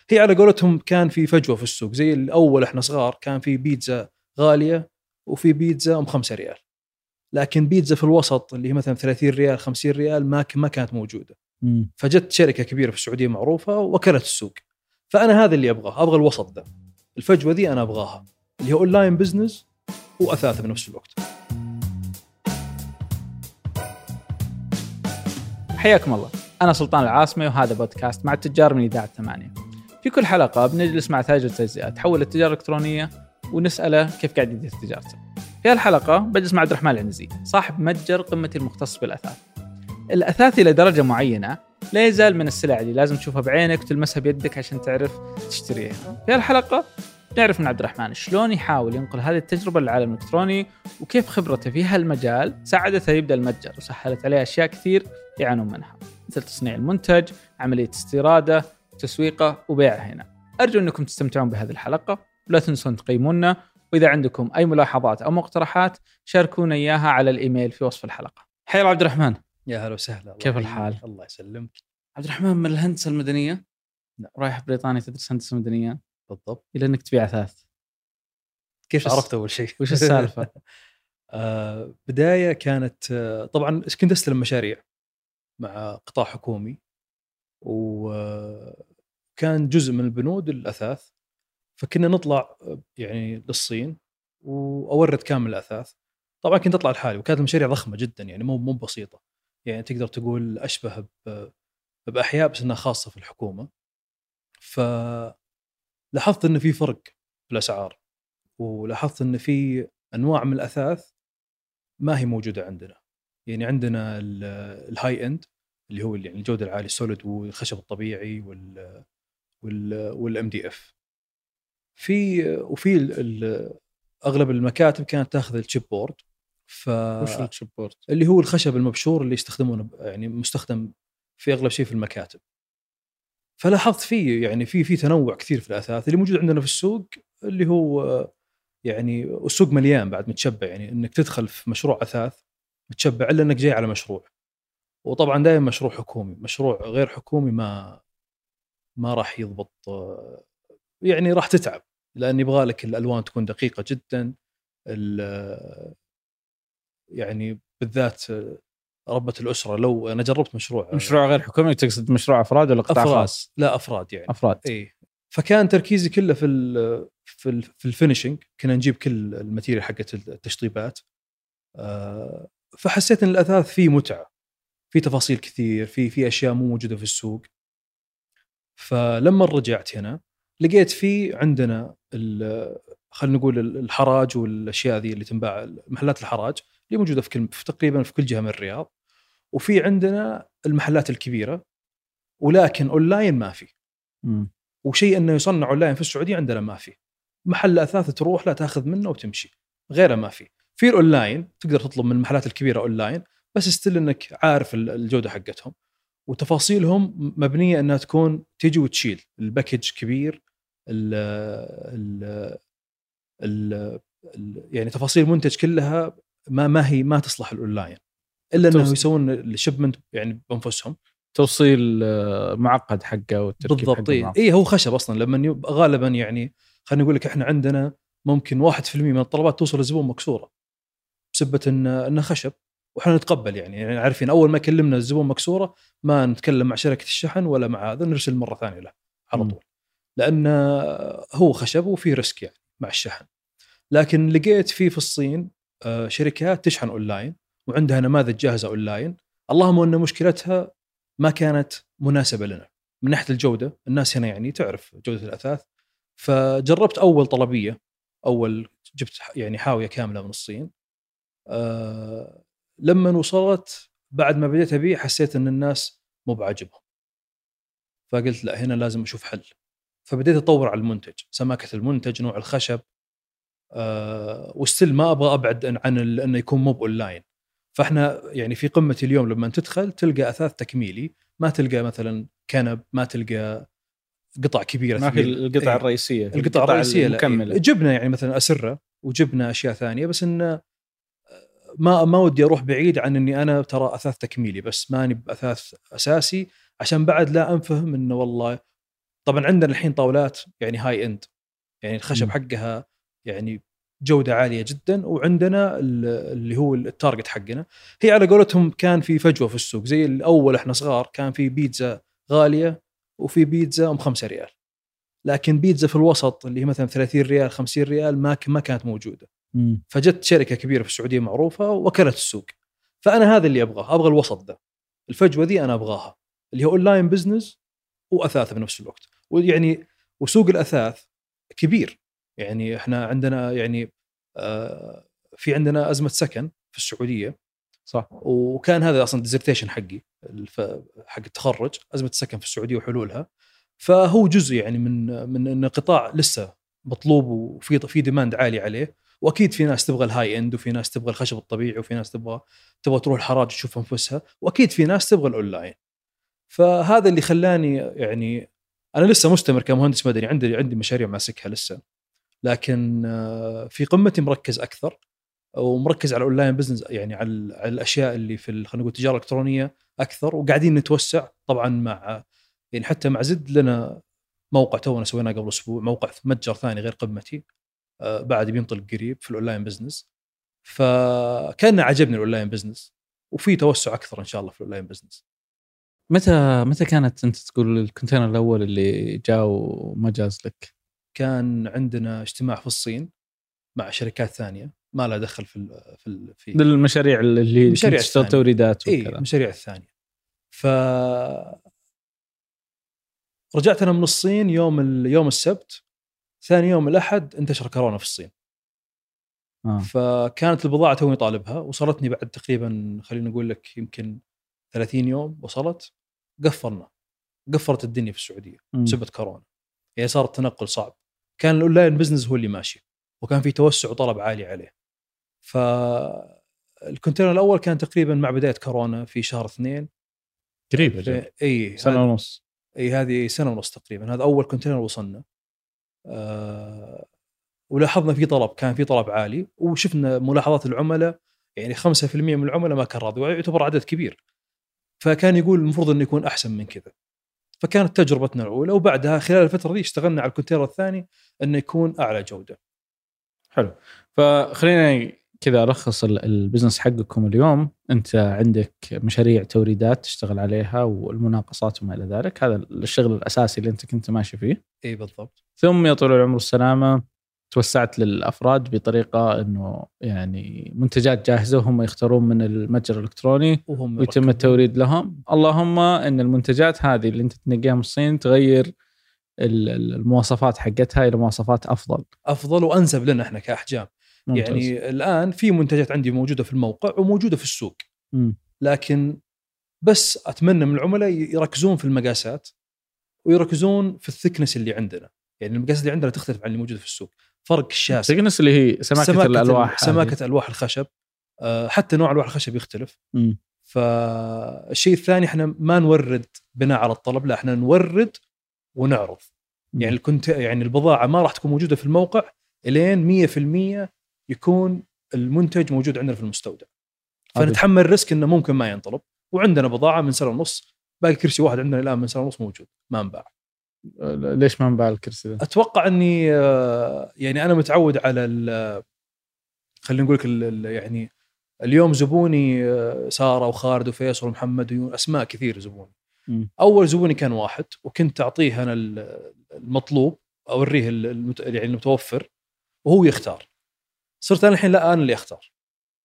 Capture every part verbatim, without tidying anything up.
هي على قولتهم كان في فجوه في السوق، زي الاول احنا صغار كان في بيتزا غاليه وفي بيتزا ام خمسة ريال، لكن بيتزا في الوسط اللي هي مثلا ثلاثين ريال خمسين ريال ما ما كانت موجوده. مم. فجت شركه كبيره في السعوديه معروفه وكلت السوق. فانا هذا اللي ابغاه، ابغى الوسط ذا، الفجوه ذي انا ابغاها، اللي هو اونلاين بزنس واثاث بنفس الوقت. حياكم الله، أنا سلطان العاصمي وهذا بودكاست مع التجار من إذاعة ثمانية. في كل حلقة بنجلس مع تاجر تجزئة تحول التجارة الإلكترونية ونسأله كيف قاعد يدير تجارته. في هالحلقة بجلس مع عبد الرحمن العنزي صاحب متجر قمتي المختص بالأثاث. الأثاث إلى درجة معينة لا يزال من السلع اللي لازم تشوفها بعينك وتلمسها بيدك عشان تعرف تشتريها. في هالحلقة نعرف من عبد الرحمن شلون يحاول ينقل هذه التجربة للعالم الإلكتروني، وكيف خبرته في هالمجال ساعدته يبدأ المتجر وسهلت عليه أشياء كثير يعانون منها، مثل تصنيع المنتج، عملية استيراده، تسويقه وبيعه هنا. أرجو أنكم تستمتعون بهذه الحلقة، ولا تنسون تقيمونا، وإذا عندكم أي ملاحظات أو مقترحات شاركونا إياها على الإيميل في وصف الحلقة. حيا الله عبد الرحمن. يا هلا وسهلا. كيف الحال؟ الله يسلمك. عبد الرحمن من الهندسة المدنية، لا. رايح بريطانيا تدرس هندسة مدنية بالضبط. إلى أنك تبيع أثاث. كيف عرفت أول شيء؟ وش السالفة؟ آه بداية كانت آه طبعا كنت أستلم مشاريع مع قطاع حكومي، وكان جزء من البنود الأثاث، فكنا نطلع يعني للصين وأورد كامل الأثاث. طبعا كنت أطلع لحالي، وكانت المشاريع ضخمة جدا، يعني مو مو بسيطة، يعني تقدر تقول أشبه بأحياء بس إنها خاصة في الحكومة. فلاحظت إن في فرق في الأسعار، ولاحظت إن في أنواع من الأثاث ما هي موجودة عندنا. يعني عندنا الهاي اند اللي هو يعني الجودة العالية، السوليد والخشب الطبيعي وال وال والام دي اف. في وفي اغلب المكاتب كانت تاخذ الشيب بورد. ف وش الشيب بورد؟ اللي هو الخشب المبشور اللي يستخدمونه، يعني مستخدم في اغلب شيء في المكاتب. فلاحظت فيه يعني في في تنوع كثير في الاثاث اللي موجود عندنا في السوق، اللي هو يعني السوق مليان بعد متشبع، يعني انك تدخل في مشروع اثاث متشبع الا انك جاي على مشروع. وطبعا دائما مشروع حكومي، مشروع غير حكومي ما ما راح يضبط، يعني راح تتعب، لان يبغى لك الالوان تكون دقيقه جدا. يعني بالذات ربة الاسره، لو انا جربت مشروع مشروع غير حكومي تقصد مشروع افراد ولا قطاع أفراد. خاص؟ لا افراد يعني افراد. اي. فكان تركيزي كله في ال في ال في الفينيشنج، كنا نجيب كل الماتيريال حقت التشطيبات. فحسيت ان الاثاث فيه متعه، في تفاصيل كثير، في في اشياء مو موجوده في السوق. فلما رجعت هنا لقيت في عندنا خلينا نقول الحراج والاشياء ذي اللي تنباع، محلات الحراج اللي موجوده في كل في تقريبا في كل جهه من الرياض، وفي عندنا المحلات الكبيره، ولكن اونلاين ما في. م. وشيء انه يصنع اونلاين في السعوديه عندنا ما في. محل اثاث تروح لا تاخذ منه وتمشي، غيره ما في. في الاونلاين تقدر تطلب من المحلات الكبيره اونلاين، بس استل انك عارف الجوده حقتهم وتفاصيلهم مبنيه انها تكون تيجي وتشيل الباكج كبير. ال ال ال يعني تفاصيل المنتج كلها ما ما هي ما تصلح الاونلاين، الا انه يسوون الشيبمنت يعني بانفسهم، توصيل معقد حقه والتركيب بالضبط. حقه. اي هو خشب اصلا لما غالبا يعني خلينا نقول لك احنا عندنا ممكن واحد في المية من الطلبات توصل للزبون مكسوره بسبه ان انه خشب، واحنا نتقبل يعني, يعني عارفين اول ما كلمنا الزبون مكسوره ما نتكلم مع شركه الشحن ولا مع هذا، نرسل مره ثانيه له على طول، لان هو خشب وفيه ريسك يعني مع الشحن. لكن لقيت فيه في الصين شركات تشحن اونلاين وعندها نماذج جاهزه اونلاين، اللهم ان مشكلتها ما كانت مناسبه لنا من ناحيه الجوده. الناس هنا يعني تعرف جوده الاثاث، فجربت اول طلبيه، اول جبت يعني حاويه كامله من الصين. أه لما وصلت بعد ما بديت ابيع حسيت ان الناس مو بعجبهم، فقلت لا هنا لازم اشوف حل. فبديت اطور على المنتج، سماكه المنتج، نوع الخشب، أه والسل ما ابغى ابعد عن انه يكون مو اونلاين. فاحنا يعني في قمه اليوم لما تدخل تلقى اثاث تكميلي، ما تلقى مثلا كنب، ما تلقى قطع كبيره، ما في القطع ايه الرئيسيه، القطع, القطع الرئيسيه المكمله. إيه. جبنا يعني مثلا اسره وجبنا اشياء ثانيه، بس انه ما ما ودي اروح بعيد عن اني انا ترى اثاث تكميلي بس ماني باثاث اساسي، عشان بعد لا انفهم انه والله طبعا عندنا الحين طاولات يعني هاي اند، يعني الخشب م. حقها يعني جوده عاليه جدا، وعندنا اللي هو التارجت حقنا. هي على قولتهم كان في فجوه في السوق، زي الاول احنا صغار كان في بيتزا غاليه وفي بيتزا ام خمسة ريال، لكن بيتزا في الوسط اللي هي مثلا ثلاثين ريال خمسين ريال ما ما كانت موجوده. م. فجت شركه كبيره في السعوديه معروفه وكلت السوق. فانا هذا اللي ابغاه، ابغى الوسط ده، الفجوه دي انا ابغاها، اللي هو اونلاين بزنس واثاث بنفس الوقت. ويعني وسوق الاثاث كبير، يعني احنا عندنا يعني آه في عندنا ازمه سكن في السعوديه، صح. وكان هذا اصلا ديزرتيشن حقي حق التخرج، ازمه السكن في السعوديه وحلولها. فهو جزء يعني من من ان قطاع لسه مطلوب وفي في ديماند عالي عليه، واكيد في ناس تبغى الهاي اند، وفي ناس تبغى الخشب الطبيعي، وفي ناس تبغى تبغى تروح الحراج تشوف انفسها، واكيد في ناس تبغى الاونلاين. فهذا اللي خلاني يعني انا لسه مستمر كمهندس مدني، عندي عندي مشاريع ماسكها لسه، لكن في قمتي مركز اكثر، ومركز على الاونلاين بزنس، يعني على, على الاشياء اللي في خلينا نقول التجاره الالكترونيه اكثر. وقاعدين نتوسع طبعا مع يعني حتى مع زد لنا موقع تونا سويناه قبل اسبوع، موقع متجر ثاني غير قمتي آه بعد بينطلق قريب في الاونلاين بزنس. فكان عجبني الاونلاين بزنس، وفي توسع اكثر ان شاء الله في الاونلاين بزنس. متى متى كانت انت تقول الكونتينر الاول اللي جاء وما جاز لك؟ كان عندنا اجتماع في الصين مع شركات ثانيه ما لها دخل في ال في ال في بالمشاريع اللي المشاريع كنت تشتغل توريدات وكذا. اي المشاريع الثانيه. ف رجعت انا من الصين يوم ال... يوم السبت، ثاني يوم الاحد انتشر كورونا في الصين. آه. فكانت البضاعه توني طالبها، وصلتني بعد تقريبا خلينا نقول لك يمكن ثلاثين يوم وصلت. قفلنا، قفلت الدنيا في السعوديه بسبب كورونا، يعني صار التنقل صعب. كان الاونلاين بزنس هو اللي ماشي، وكان في توسع وطلب عالي عليه. فالكونتينر الاول كان تقريبا مع بدايه كورونا في شهر اثنين قريب اجل اي سنه ونص. اي هذه سنه ونص تقريبا، هذا اول كونتينر وصلنا. أه ولاحظنا في طلب، كان في طلب عالي، وشفنا ملاحظات العملاء، يعني خمسة بالمئة من العملاء ما كان راضي، ويعتبر عدد كبير. فكان يقول المفروض انه يكون احسن من كذا. فكانت تجربتنا الاولى، وبعدها خلال الفتره دي اشتغلنا على الكونتينر الثاني انه يكون اعلى جوده. حلو. فخلينا كذا ألخص البزنس حقكم اليوم. أنت عندك مشاريع توريدات تشتغل عليها والمناقصات وما إلى ذلك، هذا الشغل الأساسي اللي أنت كنت ماشي فيه. إيه بالضبط. ثم يا طول العمر والسلامة توسعت للأفراد بطريقة أنه يعني منتجات جاهزة وهم يختارون من المتجر الإلكتروني وهم ويتم التوريد لهم. اللهم أن المنتجات هذه اللي أنت تنقيها من الصين تغير المواصفات حقتها إلى مواصفات أفضل أفضل وأنسب لنا إحنا كأحجام. ممتاز. يعني الآن في منتجات عندي موجودة في الموقع وموجودة في السوق، م. لكن بس أتمنى من العملاء يركزون في المقاسات ويركزون في الثكنس اللي عندنا. يعني المقاسات اللي عندنا تختلف عن اللي موجودة في السوق، فرق شاسع. الثكنس اللي هي سماكة, سماكة الألواح، سماكة ألواح الخشب، حتى نوع ألواح الخشب يختلف. م. فالشيء الثاني إحنا ما نورد بناء على الطلب، لا إحنا نورد ونعرض. م. يعني كنت يعني البضاعة ما راح تكون موجودة في الموقع إلين مية في المية يكون المنتج موجود عندنا في المستودع. فنتحمل ريسك إنه ممكن ما ينطلب. وعندنا بضاعة من سنة ونص، باقي كرسي واحد عندنا الآن من سنة ونص موجود ما انباع. ليش ما انباع الكرسي ده؟ أتوقع أني يعني أنا متعود على خلينا نقول لك يعني اليوم زبوني سارة وخالد وفيصل ومحمد ويون، أسماء كثير زبوني. م. أول زبوني كان واحد، وكنت أعطيه أنا المطلوب أوريه يعني المتوفر وهو يختار. صرت أنا الحين لا، أنا اللي أختار.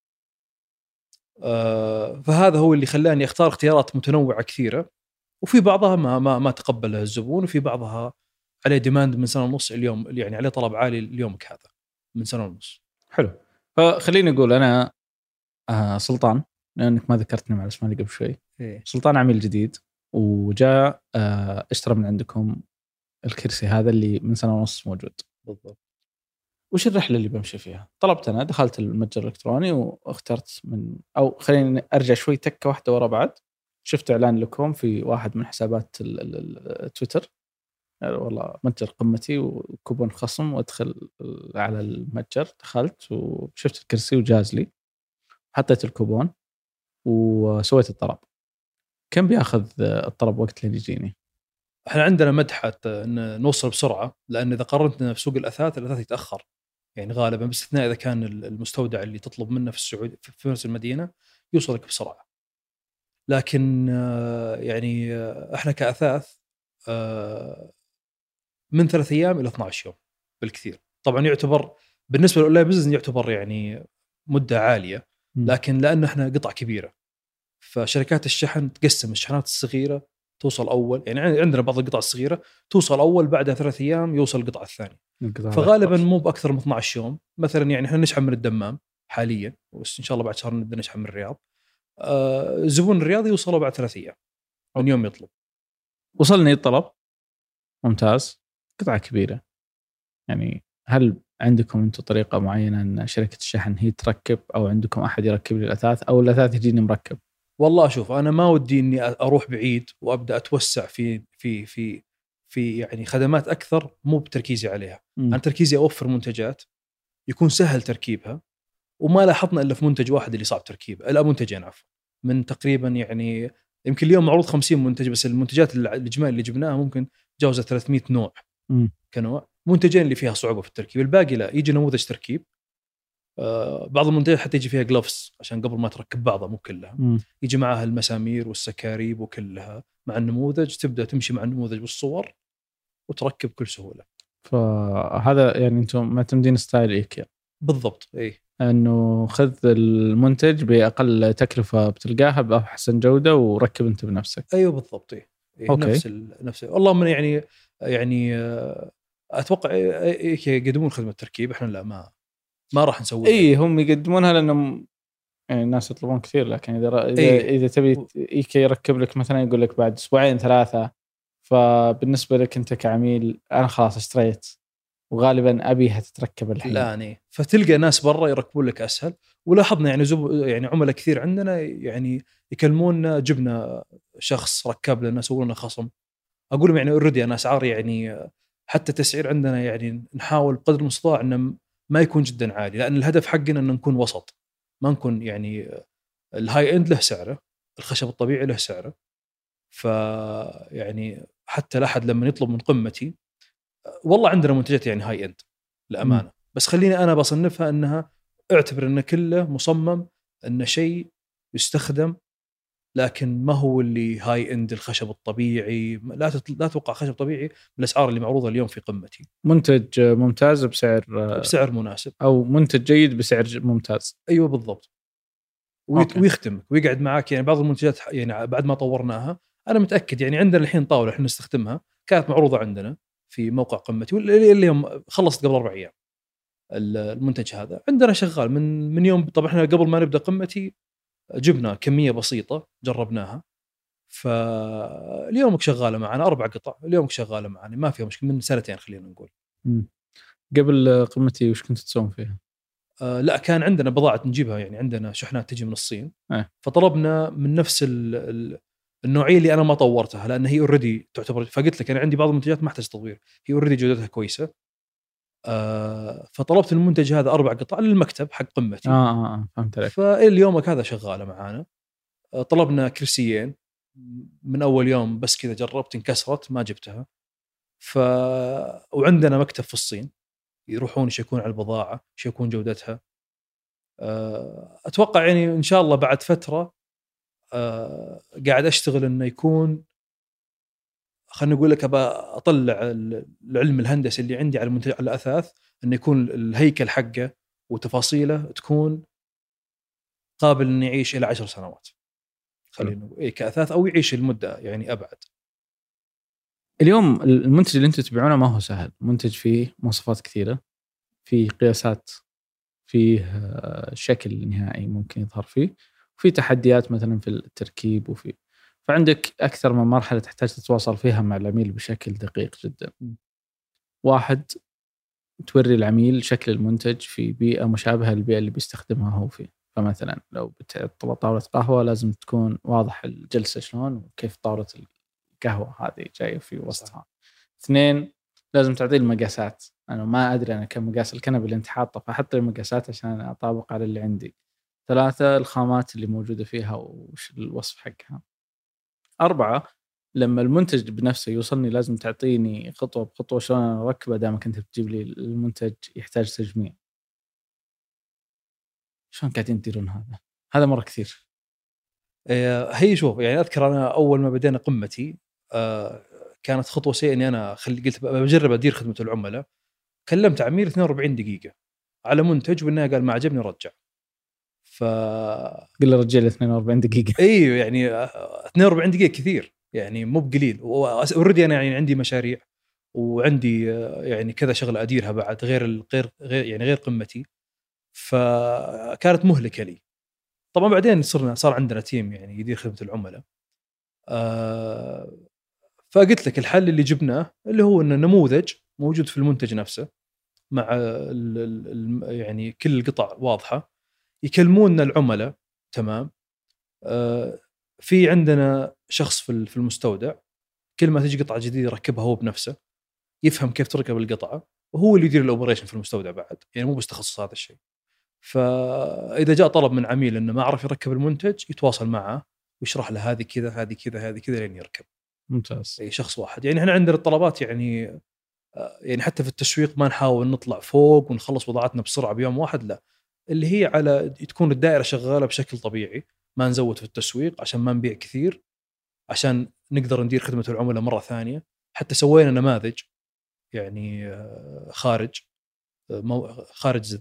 آه فهذا هو اللي خلاني أختار اختيارات متنوعة كثيرة، وفي بعضها ما ما ما تقبلها الزبون، وفي بعضها عليه ديماند من سنة ونص اليوم، يعني عليه طلب عالي اليوم هذا من سنة ونص. حلو. فخليني أقول أنا آه سلطان، لأنك ما ذكرتني مع الاسماء اللي قبل شوي. إيه. سلطان عميل جديد وجاء آه اشترى من عندكم الكرسي هذا اللي من سنة ونص موجود. بالضبط. وش الرحلة اللي بمشي فيها؟ طلبت أنا، دخلت المتجر الإلكتروني واخترت من، أو خليني أرجع شوي تكة واحدة ورا بعد. شفت إعلان لكم في واحد من حسابات التويتر، والله متجر قمتي وكوبون خصم وادخل على المتجر. دخلت وشفت الكرسي وجاز لي، حطيت الكوبون وسويت الطلب. كم بياخذ الطلب وقت لين يجيني؟ احنا عندنا مدحة ان نوصل بسرعه، لان اذا قارنتنا في سوق الاثاث الاثاث يتاخر يعني غالبا، باستثناء اذا كان المستودع اللي تطلب منه في السعوديه في نفس المدينه يوصلك بسرعه. لكن يعني احنا كاثاث من ثلاث ايام الى اثنا عشر يوم بالكثير. طبعا يعتبر بالنسبه للاونلاين بزنس يعتبر يعني مده عاليه، لكن لان احنا قطع كبيره فشركات الشحن تقسم الشحنات الصغيره توصل اول، يعني عندنا بعض القطع الصغيره توصل اول، بعدها ثلاث ايام يوصل القطعه الثانيه. فغالبا مو باكثر من اثنا عشر يوم مثلا. يعني احنا نشحن من الدمام حاليا، وان شاء الله بعد شهر نبدا نشحن من الرياض. آه زبون الرياض يوصلوا بعد ثلاث ايام من يوم يطلب. وصلني الطلب ممتاز، قطعه كبيره، يعني هل عندكم انتم طريقه معينه ان شركه الشحن هي تركب، او عندكم احد يركب لي الاثاث، او الاثاث يجيني مركب؟ والله شوف، انا ما ودي اني اروح بعيد وابدا اتوسع في في في في يعني خدمات اكثر مو بتركيزي عليها. م. انا تركيزي اوفر منتجات يكون سهل تركيبها، وما لاحظنا الا في منتج واحد اللي صعب تركيبه، لا منتجين عفوا، من تقريبا يعني يمكن اليوم معروض خمسين منتج، بس المنتجات الاجمالي اللي جبناها ممكن تجاوز ثلاثمئة نوع. م. كنوع منتجين اللي فيها صعوبه في التركيب، الباقي لا يجي نموذج تركيب. آه بعض المنتجات حتى يجي فيها جلوفز عشان قبل ما تركب بعضها مو كلها، م. يجي معها المسامير والسكاريب وكلها مع النموذج، تبدا تمشي مع النموذج والصور وتركب بكل سهوله. فهذا يعني انتم معتمدين ستايل ايكيا بالضبط، اي انه خذ المنتج باقل تكلفه بتلقاها باحسن جوده وركب انت بنفسك. ايوه بالضبط، اي إيه نفس ال... نفس والله من يعني يعني اتوقع يقدمون خدمه تركيب، احنا لا ما ما راح نسوي. اي هم يقدمونها لانهم يعني الناس يطلبون كثير، لكن اذا اذا, إيه. إذا تبي ايكيا يركب لك مثلا يقول لك بعد اسبوعين ثلاثه، فبالنسبه لك انت كعميل انا خلاص اشتريت وغالبا ابيها تتركب الحين. لا يعني فتلقى ناس برا يركبون لك اسهل. ولاحظنا يعني زب يعني عملاء كثير عندنا يعني يكلمونا، جبنا شخص ركب لنا سووا لنا خصم. اقول لهم يعني اوريدي انا اسعار يعني حتى تسعير عندنا يعني نحاول بقدر المستطاع انه ما يكون جدا عالي، لان الهدف حقنا ان نكون وسط، ما نكون يعني الهاي اند له سعره، الخشب الطبيعي له سعره. ف يعني حتى لا احد لما يطلب من قمتي، والله عندنا منتجات يعني هاي اند الامانه، بس خليني انا بصنفها انها اعتبر انه كله مصمم انه شيء يستخدم، لكن ما هو اللي هاي اند الخشب الطبيعي. لا تطل... لا توقع خشب طبيعي بالاسعار اللي معروضه اليوم في قمتي. منتج ممتاز بسعر بسعر مناسب، او منتج جيد بسعر ممتاز. ايوه بالضبط. ويت... ويختمك ويقعد معك. يعني بعض المنتجات يعني بعد ما طورناها انا متاكد يعني عندنا الحين طاوله احنا نستخدمها كانت معروضه عندنا في موقع قمتي واللي يوم خلصت قبل اربع ايام. المنتج هذا عندنا شغال من من يوم. طبعا احنا قبل ما نبدا قمتي جبنا كميه بسيطه جربناها، فاليومك شغاله معنا اربع قطع، اليومك شغاله معنا ما فيها مشكله من سنتين خلينا نقول. مم. قبل قمتي وش كنت تسوون فيها؟ آه لا كان عندنا بضاعه نجيبها، يعني عندنا شحنات تجي من الصين. أه. فطلبنا من نفس ال ال النوعيه اللي انا ما طورتها لان هي اوريدي تعتبر. فقلت لك انا عندي بعض المنتجات ما تحتاج تطوير، هي اوريدي جودتها كويسه. آه فطلبت المنتج هذا اربع قطع للمكتب حق قمتي. اه اه, آه فهمت عليك. فاليومك هذا شغاله معانا. آه طلبنا كرسيين من اول يوم بس كذا جربت انكسرت ما جبتها. ف وعندنا مكتب في الصين يروحون يشيكون على البضاعه يشيكون جودتها. آه اتوقع يعني ان شاء الله بعد فتره آه قاعد اشتغل انه يكون، خلينا نقول لك ابى اطلع العلم الهندسي اللي عندي على المنتج على الاثاث، انه يكون الهيكل حقه وتفاصيله تكون قابل انه يعيش الى عشر سنوات خلينا نقول إيه كاثاث، او يعيش المده يعني ابعد. اليوم المنتج اللي انتم تبيعونه ما هو سهل، منتج فيه مواصفات كثيره، فيه قياسات، فيه شكل نهائي ممكن يظهر فيه، وفي تحديات مثلا في التركيب، وفي فعندك أكثر من مرحلة تحتاج تتواصل فيها مع العميل بشكل دقيق جدا. واحد، توري العميل شكل المنتج في بيئة مشابهة للبيئة اللي بيستخدمها هو فيه. فمثلا لو بتطلع طاولة قهوة لازم تكون واضح الجلسة شلون وكيف طاولة القهوة هذه جاية في وسطها. اثنين، لازم تعطيه المقاسات. أنا ما أدري أنا كم مقاس الكنبة اللي أنت حاطه، فحط لي المقاسات عشان أطابق على اللي عندي. ثلاثة، الخامات اللي موجودة فيها وش الوصف حقها. أربعة، لما المنتج بنفسه يوصلني لازم تعطيني خطوة بخطوة شلون أركبه دام كنت بتجيب لي المنتج يحتاج تجميع. شلون قاعدين تديرون هذا؟ هذا مرة كثير. هي شوف يعني أذكر أنا أول ما بدينا قمتي آه كانت خطوة سيئة إني أنا خلي قلت بجرب أدير خدمة العملاء. كلمت عميل اثنين وأربعين دقيقة على منتج والنهاية قال ما عجبني رجع. ف قل له رجع لي اثنين وأربعين دقيقة. ايوه يعني اثنين وأربعين دقيقة كثير يعني مو بقليل. اوريدي انا يعني عندي مشاريع وعندي يعني كذا شغله اديرها بعد غير غير غير يعني غير قمتي. فكانت مهلكه لي. طبعا بعدين صرنا صار عندنا تيم يعني يدير خدمه العملاء. آه فقلت لك الحل اللي جبناه اللي هو ان نموذج موجود في المنتج نفسه مع ال ال يعني كل القطع واضحه يكلموننا العملاء. تمام. آه في عندنا شخص في في المستودع كل ما تيجي قطعه جديده يركبها هو بنفسه يفهم كيف تركب القطعه وهو اللي يدير الاوبريشن في المستودع بعد يعني مو بس تخصص هذا الشيء. فاذا جاء طلب من عميل انه ما عرف يركب المنتج يتواصل معه ويشرح له هذه كذا هذه كذا هذه كذا لين يركب. ممتاز. اي شخص واحد. يعني احنا عندنا الطلبات يعني يعني حتى في التسويق ما نحاول نطلع فوق ونخلص وضعاتنا بسرعه بيوم واحد. لا اللي هي على تكون الدائره شغاله بشكل طبيعي. ما نزود في التسويق عشان ما نبيع كثير عشان نقدر ندير خدمة العملاء مرة ثانية. حتى سوينا نماذج يعني خارج خارج زد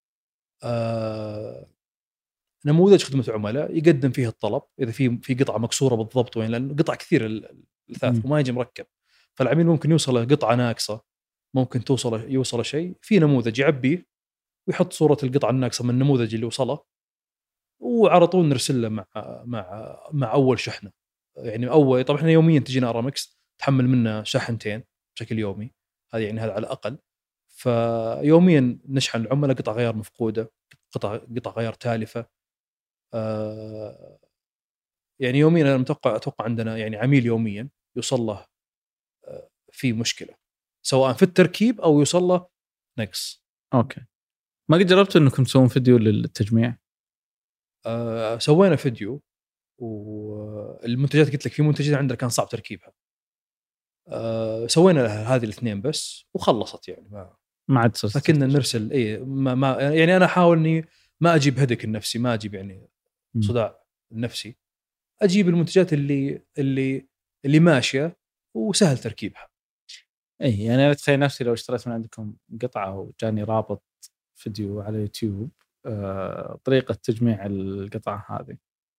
نموذج خدمة عملاء يقدم فيه الطلب إذا في في قطعة مكسورة بالضبط وين لأن قطع كثير الثلاث وما يجي مركب. فالعميل ممكن يوصل قطعة ناقصة ممكن توصل يوصل شيء في نموذج يعبيه ويحط صورة القطعة الناقصة من النموذج اللي وصله وعلى طول نرسل له مع مع مع أول شحنة. يعني أول طبعا إحنا يوميا تجينا أرامكس تحمل منا شاحنتين بشكل يومي. هذا يعني هذا على الأقل. فيوميا نشحن العملاء قطع غيار مفقودة قطع قطع غيار تالفة. آه يعني يوميا أنا متوقع أتوقع عندنا يعني عميل يوميا يوصل له آه في مشكلة سواء في التركيب أو يوصل له نقص. أوكي. ما قد جربتوا إنكم تسوون فيديو للتجميع؟ آه سوينا فيديو والمنتجات قلت لك في منتجات عندنا كان صعب تركيبها. أه سوينا لها هذه الاثنين بس وخلصت يعني ما ما عاد فكنا نرسل اي ما, ما يعني انا احاول اني ما اجيب هدك النفسي ما اجيب يعني صداع النفسي. اجيب المنتجات اللي اللي اللي ماشيه وسهل تركيبها. اي يعني انا اتخيل نفسي لو اشتريت من عندكم قطعه وجاني رابط فيديو على يوتيوب أه طريقه تجميع القطعه هذه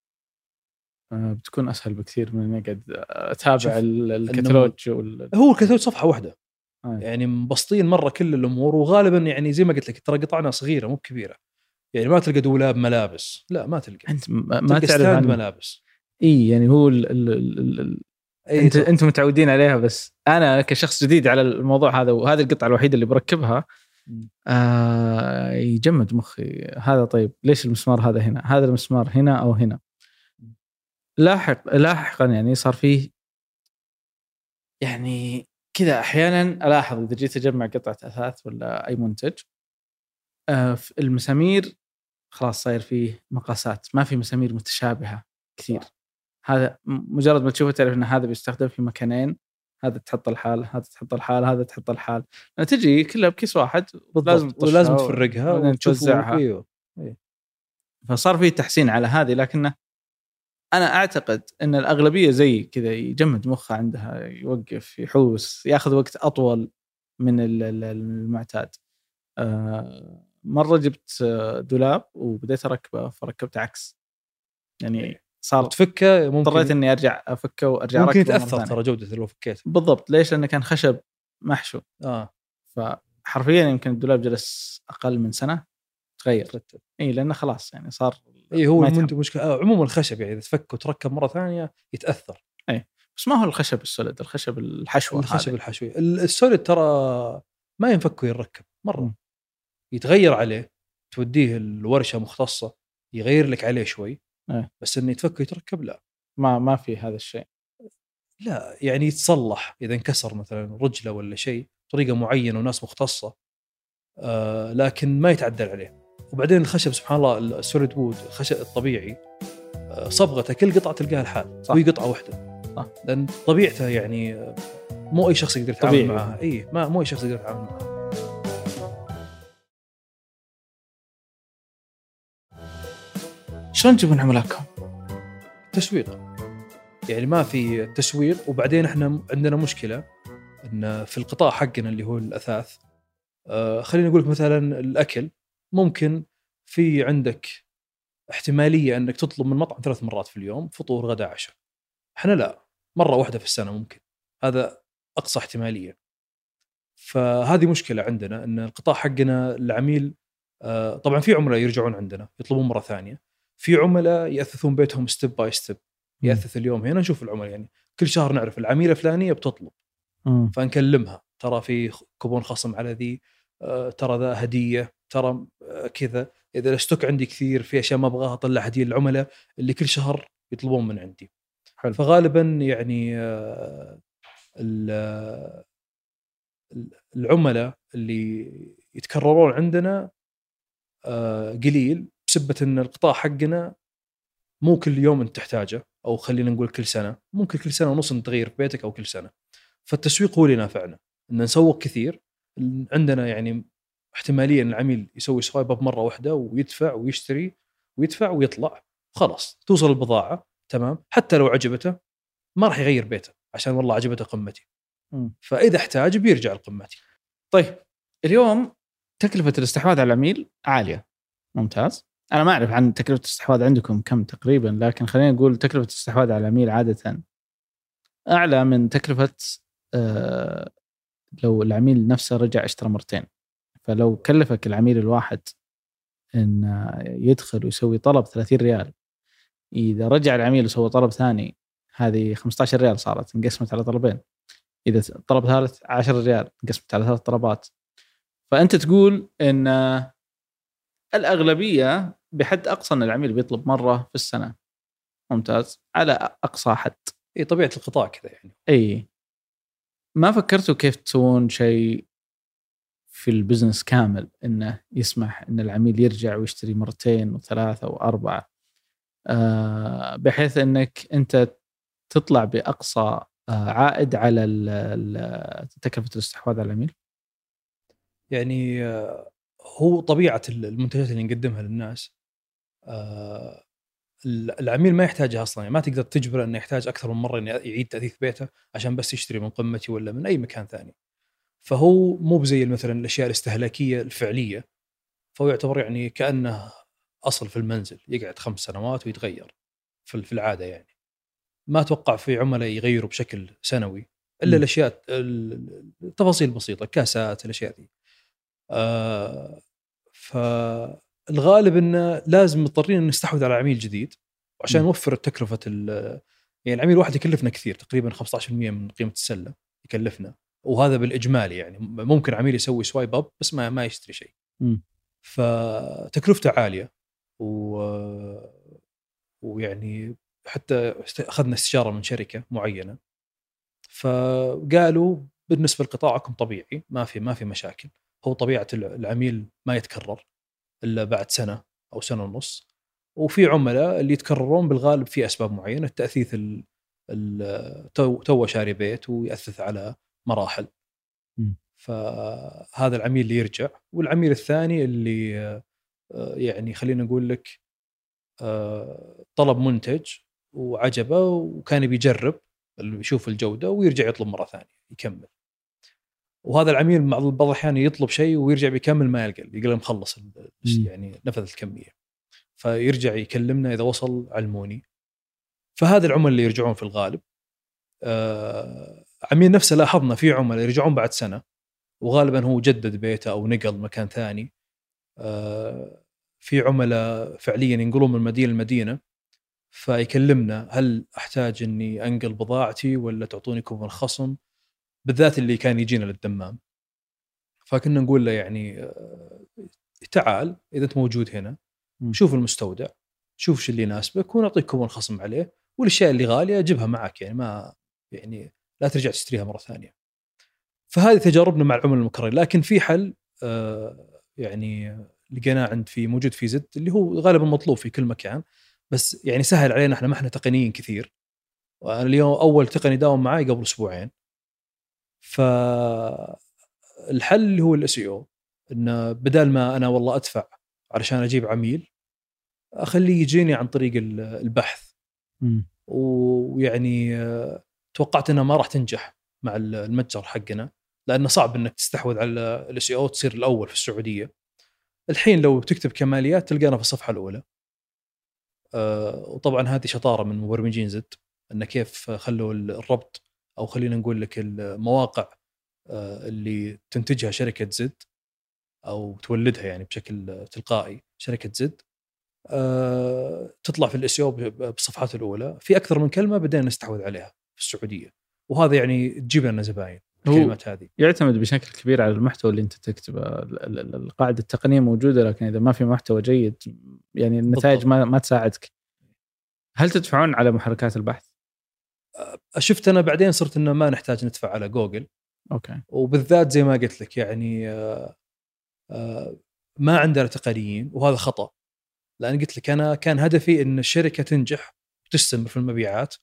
بتكون أسهل بكثير من إني قاعد أتابع الكتالوج وال... هو الكتالوج صفحة واحدة آه. يعني مبسطين مرة كل الأمور وغالبا يعني زي ما قلت لك ترى قطعنا صغيرة مو كبيرة يعني ما تلقى دولاب ملابس لا ما تلقى أنت ما تعرف عن ملابس. إيه يعني هو ال ال ال ال أيه أنت أنتم متعودين عليها بس أنا كشخص جديد على الموضوع هذا وهذه القطعة الوحيدة اللي بركبها آه يجمد مخي. هذا طيب ليش المسمار هذا هنا هذا المسمار هنا أو هنا. لاحق لاحقا يعني صار فيه يعني كذا أحيانا ألاحظ إذا جيت أجمع قطعة أثاث ولا أي منتج آه المسامير خلاص صاير فيه مقاسات ما في مسامير متشابهة كثير. هذا مجرد ما تشوفه تعرف أن هذا بيستخدم في مكانين هذا تحط الحال هذا تحط الحال هذا تحط الحال تجي كلها بكيس واحد لازم ولازم تفرقها وتوزعها. أيوه. فصار فيه تحسين على هذه لكنه أنا أعتقد أن الأغلبية زي كذا يجمد مخه عندها يوقف يحوس يأخذ وقت أطول من المعتاد. مرة جبت دولاب وبديت أركبه فركبت عكس يعني صار تفكه اضطريت إني أرجع أفكه وأرجع ممكن يتأثر ترى جودة لو فكيت بالضبط. ليش؟ لأنه كان خشب محشو آه. فحرفيا يمكن الدولاب جلس أقل من سنة تغير. إيه لأنه خلاص يعني صار اي هو المنتج مشكله آه عموما الخشب يعني اذا تفك وتركب مره ثانيه يتاثر. اي بس ما هو الخشب السوليد الخشب الحشوه الخشب الحشوي السوليد ترى ما ينفك ويركب مره م. يتغير عليه توديه الورشه مختصه يغير لك عليه شوي أي. بس انه يتفك ويتركب لا ما ما في هذا الشيء. لا يعني يتصلح اذا انكسر مثلا رجله ولا شيء طريقه معينه وناس مختصه آه لكن ما يتعدل عليه. وبعدين الخشب سبحان الله السوليد وود الخشب الطبيعي صبغته كل قطعة تلقاها الحال وهي قطعة واحدة صح. لان طبيعته يعني مو اي شخص يقدر يتعامل معها. اي ما مو اي شخص يقدر يتعامل معها. شلون تجيبون عملاءكم؟ تسويق، يعني ما في تسويق. وبعدين احنا عندنا مشكله ان في القطاع حقنا اللي هو الاثاث، آه خليني اقول لك مثلا الاكل، ممكن في عندك احتماليه انك تطلب من مطعم ثلاث مرات في اليوم، فطور غداء عشاء. احنا لا، مره واحده في السنه ممكن، هذا اقصى احتماليه. فهذه مشكله عندنا ان القطاع حقنا العميل، آه طبعا في عملاء يرجعون عندنا يطلبون مره ثانيه، في عملاء ياثثون بيتهم ستيب باي ستيب، ياثث اليوم هنا نشوف العملاء، يعني كل شهر نعرف العميله الفلانيه بتطلب مم. فنكلمها، ترى في كوبون خصم على ذي، آه ترى ذا هديه، ترى آه كذا، اذا الاستوك عندي كثير في اشياء ما ابغاها اطلع هديه للعملاء اللي كل شهر يطلبون من عندي. حلو. فغالبا يعني آه العملاء اللي يتكررون عندنا آه قليل، بسبة ان القطاع حقنا مو كل يوم انت تحتاجه، او خلينا نقول كل سنه، ممكن كل سنه ونص انت تغير في بيتك او كل سنه. فالتسويق هو اللي نافعنا، ان نسوق كثير. عندنا يعني احتماليه ان العميل يسوي سوايب اب مره واحده ويدفع ويشتري ويدفع ويطلع، خلاص توصل البضاعه تمام، حتى لو عجبته ما راح يغير بيته عشان والله عجبته قمتي. م. فاذا احتاج بيرجع لقمتي. طيب اليوم تكلفه الاستحواذ على العميل عاليه، ممتاز. انا ما اعرف عن تكلفه الاستحواذ عندكم كم تقريبا، لكن خلينا نقول تكلفه الاستحواذ على العميل عاده اعلى من تكلفه آه لو العميل نفسه رجع اشترى مرتين. فلو كلفك العميل الواحد ان يدخل ويسوي طلب ثلاثين ريال، اذا رجع العميل وسوى طلب ثاني هذه خمسة عشر ريال صارت، انقسمت على طلبين. اذا طلب ثالث عشرة ريال انقسمت على ثلاث طلبات. فانت تقول ان الاغلبيه بحد اقصى ان العميل بيطلب مره في السنه. ممتاز، على اقصى حد. اي طبيعه القطاع كذا يعني. اي ما فكرتوا كيف تسوون شيء في البزنس كامل انه يسمح ان العميل يرجع ويشتري مرتين وثلاثه واربعه، آه بحيث انك انت تطلع باقصى آه عائد على تكلفه الاستحواذ على العميل؟ يعني هو طبيعه المنتجات اللي نقدمها للناس، آه العميل ما يحتاجها اصلا، يعني ما تقدر تجبره انه يحتاج اكثر من مره انه يعيد تاثيث بيته عشان بس يشتري من قمتي ولا من اي مكان ثاني. فهو مو زي مثلا الاشياء الاستهلاكيه الفعليه، فهو يعتبر يعني كانه اصل في المنزل يقعد خمس سنوات ويتغير في العاده. يعني ما اتوقع في عملاء يغيروا بشكل سنوي الا م. الاشياء التفاصيل البسيطه، كاسات، الاشياء دي. آه فالغالب انه لازم مضطرين نستحوذ على عميل جديد وعشان نوفر تكلفه يعني العميل الواحد يكلفنا كثير، تقريبا خمسة عشر بالمئة من قيمه السله يكلفنا، وهذا بالاجمالي. يعني ممكن عميل يسوي سوايب اب بس ما ما يشتري شيء، فتكلفته عاليه. و... ويعني حتى اخذنا استشاره من شركه معينه، فقالوا بالنسبه لقطاعكم طبيعي، ما في ما في مشاكل، هو طبيعه العميل ما يتكرر الا بعد سنه او سنه ونص. وفي عملاء اللي يتكررون بالغالب في اسباب معينه، التاثيث تو تو شاري بيت ويأثث على مراحل. م. فهذا العميل اللي يرجع. والعميل الثاني اللي يعني خلينا نقول لك طلب منتج وعجبه وكان بيجرب اللي يشوف الجودة ويرجع يطلب مرة ثانية يكمل. وهذا العميل مع بعض الأحيان يطلب شيء ويرجع بيكمل ما يلقى، يقول مخلص يعني نفذ الكمية، فيرجع يكلمنا إذا وصل علموني. فهذا العملاء اللي يرجعون في الغالب. آه عميل نفسه لاحظنا في عملاء يرجعون بعد سنة وغالبا هو جدد بيته أو نقل مكان ثاني. آه في عملاء فعليا ينقلون من مدينة لمدينة، فيكلمنا هل أحتاج أني أنقل بضاعتي ولا تعطوني كوبون خصم، بالذات اللي كان يجينا للدمام. فكنا نقول له يعني تعال إذا أنت موجود هنا شوف المستودع، شوف شو اللي يناسبك ونعطيك كوبون خصم عليه، والأشياء اللي غالية جيبها معك، يعني ما يعني لا ترجع تشتريها مرة ثانية. فهذه تجاربنا مع العملاء المكررين. لكن في حل يعني لقيناه عند في موجود في زد، اللي هو غالبا مطلوب في كل مكان، بس يعني سهل علينا، احنا ما احنا تقنيين كثير. وانا اليوم اول تقني داوم معي قبل اسبوعين. فالحل اللي هو الاس اي او، انه بدل ما انا والله ادفع علشان اجيب عميل، اخليه يجيني عن طريق البحث. م. ويعني توقعت انها ما راح تنجح مع المتجر حقنا، لانه صعب انك تستحوذ على الاس اي او تصير الاول في السعوديه. الحين لو تكتب كماليات تلقانا في الصفحه الاولى. أه وطبعا هذه شطاره من مبرمجين زد، ان كيف خلوا الربط، او خلينا نقول لك المواقع أه اللي تنتجها شركه زد او تولدها يعني بشكل تلقائي شركه زد، أه تطلع في الاس او بالصفحات الاولى في اكثر من كلمه بدينا نستحوذ عليها في السعوديه، وهذا يعني تجيب لنا زباين. الكلمات هذه يعتمد بشكل كبير على المحتوى اللي انت تكتبه. القاعده التقنيه موجوده، لكن اذا ما في محتوى جيد يعني النتائج ما ما تساعدك. هل تدفعون على محركات البحث؟ شفت انا بعدين صرت انه ما نحتاج ندفع على جوجل. اوكي. وبالذات زي ما قلت لك يعني آآ آآ ما عندنا تقنيين، وهذا خطأ. لأن قلت لك أنا كان هدفي إن الشركة تنجح وتستمر في المبيعات،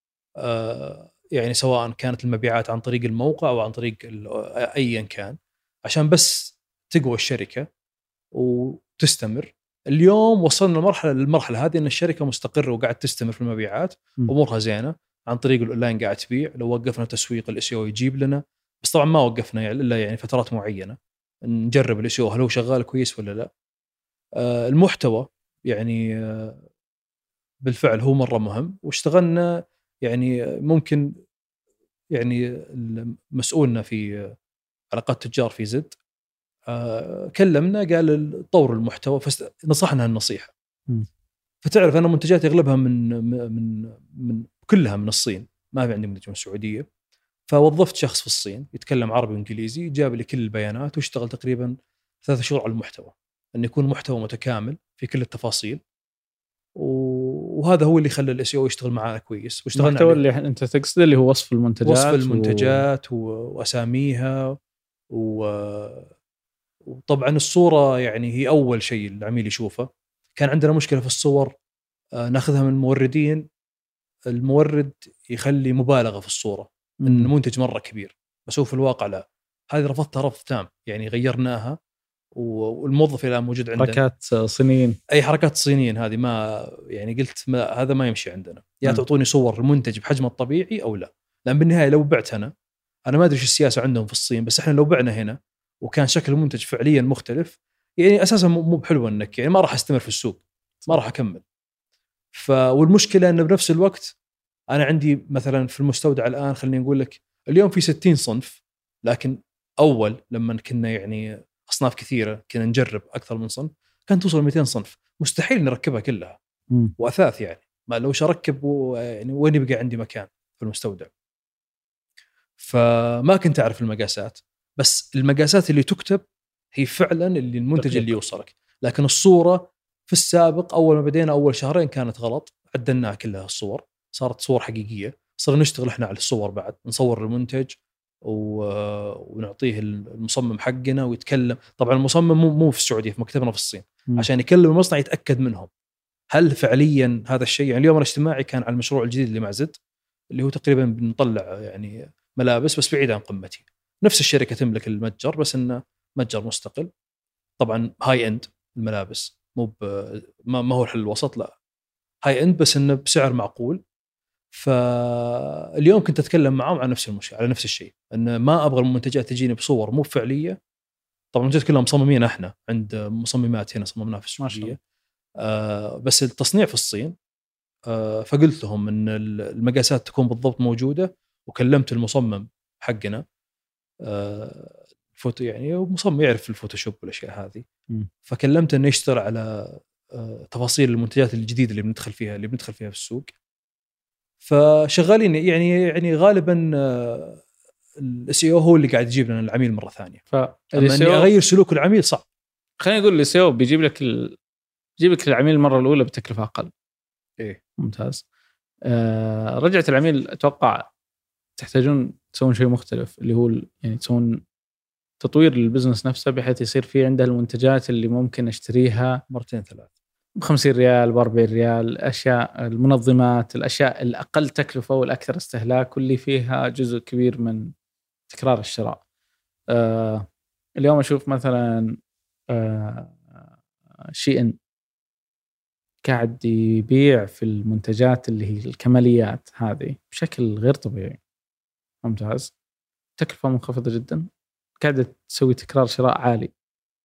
يعني سواء كانت المبيعات عن طريق الموقع أو عن طريق أيا كان، عشان بس تقوى الشركة وتستمر. اليوم وصلنا لمرحلة للمرحلة هذه إن الشركة مستقرة وقاعد تستمر في المبيعات، أمورها زينة عن طريق الأونلاين قاعد تبيع. لو وقفنا تسويق الإس إي أو يجيب لنا، بس طبعا ما وقفنا يعني إلا يعني فترات معينة نجرب الإس إي أو هل هو شغال كويس ولا لا. آه المحتوى يعني آه بالفعل هو مرة مهم، واشتغلنا يعني ممكن يعني مسؤولنا في علاقات تجار في زد آه كلمنا قال طور المحتوى، فنصحنا النصيحة. م. فتعرف أنا منتجاتي أغلبها من من من كلها من الصين، ما في عندي منتج من السعودية. فوظفت شخص في الصين يتكلم عربي وإنجليزي، جاب لي كل البيانات واشتغل تقريبا ثلاثة شهور على المحتوى، أن يكون محتوى متكامل في كل التفاصيل. وهذا هو اللي خلى الاس او يشتغل معنا كويس. واشتغلنا المحتوى اللي انت تقصد اللي هو وصف المنتجات، وصف المنتجات و... واساميها و... وطبعا الصوره يعني هي اول شيء العميل يشوفه. كان عندنا مشكله في الصور آه ناخذها من الموردين، المورد يخلي مبالغه في الصوره ان المنتج مره كبير، بس هو في الواقع لا. هذه رفضتها رفض تام، يعني غيرناها والموظف الان موجود عندنا. حركات صينيين، اي حركات صينيين هذه ما يعني قلت ما هذا ما يمشي عندنا. يا تعطوني صور المنتج بحجمه الطبيعي او لا. لان بالنهايه لو بعت انا انا ما ادري ايش السياسه عندهم في الصين، بس احنا لو بعنا هنا وكان شكل المنتج فعليا مختلف، يعني اساسا مو بحلو انك يعني ما راح استمر في السوق، ما راح اكمل. ف والمشكله انه بنفس الوقت انا عندي مثلا في المستودع الان خليني نقول لك اليوم في ستين صنف، لكن اول لما كنا يعني اصناف كثيره كنا نجرب اكثر من صنف كان توصل مئتين صنف، مستحيل نركبها كلها. م. واثاث يعني ما لو شركب يعني وين يبقى عندي مكان في المستودع. فما كنت اعرف المقاسات، بس المقاسات اللي تكتب هي فعلا اللي المنتج دقيقة. اللي يوصلك. لكن الصوره في السابق اول ما بدينا اول شهرين كانت غلط، عدلناها كلها الصور صارت صور حقيقيه. صرنا نشتغل احنا على الصور بعد، نصور المنتج ونعطيه المصمم حقنا ويتكلم. طبعا المصمم مو مو في السعوديه، في مكتبنا في الصين، م. عشان يكلم المصنع يتاكد منهم هل فعليا هذا الشيء. يعني اليوم الاجتماعي كان على المشروع الجديد اللي مع زد، اللي هو تقريبا بنطلع يعني ملابس بس بعيد عن قمتي. نفس الشركه تملك المتجر بس انه متجر مستقل. طبعا هاي اند الملابس، مو ما هو الحل الوسط، لا هاي اند بس انه بسعر معقول. فاليوم كنت اتكلم معهم على نفس المشكله، على نفس الشيء، ان ما ابغى المنتجات تجيني بصور مو فعليه. طبعا المنتجات كلها مصممين احنا عند مصممات هنا صممناها في السعوديه، آه بس التصنيع في الصين. آه فقلت لهم ان المقاسات تكون بالضبط موجوده، وكلمت المصمم حقنا آه فوتو يعني ومصمم يعرف الفوتوشوب والاشياء هذه، م. فكلمته انه يشتغل على آه تفاصيل المنتجات الجديده اللي بندخل فيها اللي بندخل فيها في السوق. فشغالين يعني يعني غالبا الاس اي او هو اللي قاعد يجيب لنا العميل مره ثانيه. فاني اغير سلوك العميل صعب. خلينا نقول الاس اي او بيجيب لك ال... يجيب لك العميل المره الاولى بتكلفه اقل. ايه ممتاز. آه رجعت العميل اتوقع تحتاجون تسوون شيء مختلف، اللي هو يعني تسوون تطوير للبزنس نفسه بحيث يصير في عنده المنتجات اللي ممكن اشتريها مرتين ثلاث. بخمسين ريال بأربعين ريال، أشياء المنظمات، الأشياء الأقل تكلفة والأكثر استهلاك واللي فيها جزء كبير من تكرار الشراء. آه اليوم أشوف مثلا آه شيئا قاعد يبيع في المنتجات اللي هي الكماليات هذه بشكل غير طبيعي ممتاز، تكلفة منخفضة جدا، قاعدة تسوي تكرار شراء عالي.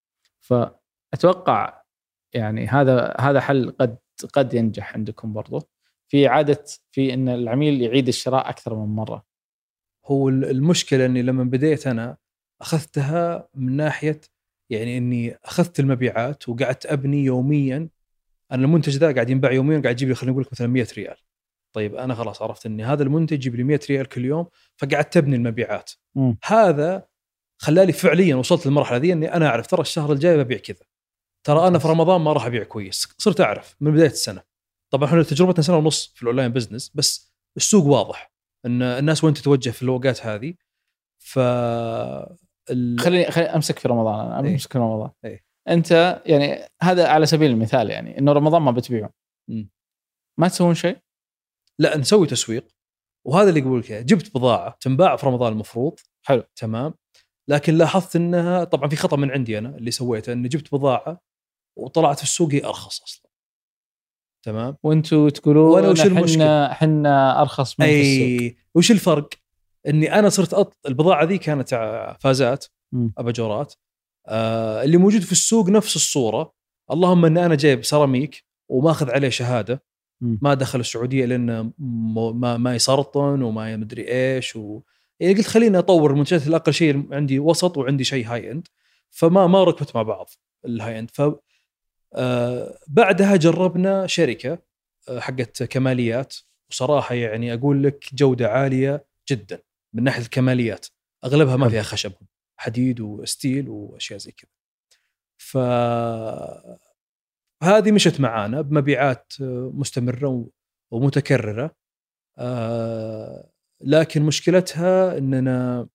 فأتوقع يعني هذا هذا حل قد قد ينجح عندكم برضو في عادة في إن العميل يعيد الشراء أكثر من مرة. هو المشكلة أني لما بديت أنا أخذتها من ناحية يعني أني أخذت المبيعات وقعدت أبني يوميا. أنا المنتج ذا قاعد ينباع يوميا، قاعد يجيب لي خلينا نقول لك مثلا مية ريال. طيب أنا خلاص عرفت أني هذا المنتج يجيب لي مية ريال كل يوم، فقعدت تبني المبيعات. م. هذا خلالي فعليا وصلت للمرحلة دي أني أنا أعرف ترى الشهر الجاي ببيع كذا، ترى أنا في رمضان ما راح أبيع كويس. صرت أعرف من بداية السنة. طبعا احنا تجربتنا سنة ونص في الأونلاين بزنس، بس السوق واضح ان الناس وين تتوجه في الوقت هذه. ف ال... خليني خليني امسك في رمضان. انا ايه. امسك في رمضان ايه. انت يعني هذا على سبيل المثال، يعني انه رمضان ما بتبيعه، م. ما تسوون شيء؟ لا نسوي تسويق، وهذا اللي يقول لك جبت بضاعة تنباع في رمضان المفروض. حلو تمام. لكن لاحظت انها طبعا في خطأ من عندي انا اللي سويته، اني جبت بضاعة وطلعت في السوق هي ارخص اصلا. تمام. وانتوا تقولون وانا وش المشكلة؟ احنا احنا ارخص من اي في السوق. وش الفرق؟ اني انا صرت أط... البضاعة ذي كانت فازات م. اباجورات. آه اللي موجود في السوق نفس الصورة، اللهم ان انا جايب سيراميك وماخذ عليه شهادة م. ما دخل السعودية لأنه ما ما يسرطن وما يمدري إيش و... يعني قلت خليني أطور المنتجات الأقل شيء عندي وسط وعندي شيء هاي إند، فما ما ركبت مع بعض الهاي إند. ف آه بعدها جربنا شركة آه حقت كماليات، وصراحة يعني أقول لك جودة عالية جدا من ناحية الكماليات، أغلبها ما فيها خشب، حديد وستيل وأشياء زي كذا. ف هذه مشت معانا بمبيعات مستمرة ومتكررة. آه لكن مشكلتها أننا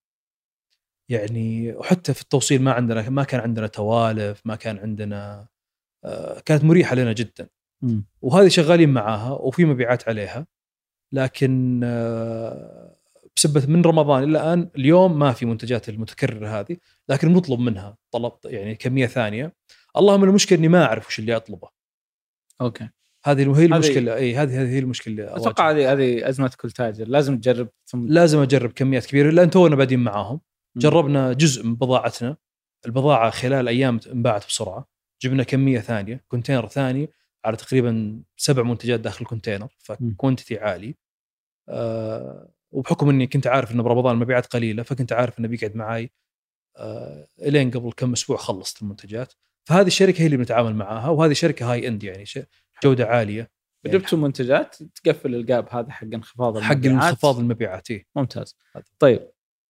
يعني وحتى في التوصيل ما عندنا ما كان عندنا توالف، ما كان عندنا آه كانت مريحة لنا جدا. م. وهذه شغالين معاها وفي مبيعات عليها، لكن آه بسبب من رمضان إلى الآن اليوم ما في منتجات المتكررة هذه، لكن نطلب منها طلب يعني كمية ثانية. اللهم المشكلة إني ما أعرف وش اللي أطلبه. اوكي هذه هي المشكله. اي هذه هذه هي المشكله. اتوقع هذه هذه ازمه كل تاجر، لازم تجرب ثم لازم اجرب كميات كبيره لان تونا بادين معاهم. م. جربنا جزء من بضاعتنا، البضاعه خلال ايام انباعت بسرعه، جبنا كميه ثانيه كونتينر ثاني على تقريبا سبع منتجات داخل الكونتينر، فكوانتيتي عالي. أه وبحكم اني كنت عارف ان برمضان المبيعات قليله، فكنت عارف انه بيقعد معي أه الين قبل كم اسبوع خلصت المنتجات. فهذه الشركه هي اللي بنتعامل معاها، وهذه شركه هاي اند يعني جودة عالية. يعني جبتوا منتجات تقفل الجاب هذا حق انخفاض المبيعات، حق انخفاض المبيعات. إيه؟ ممتاز. طيب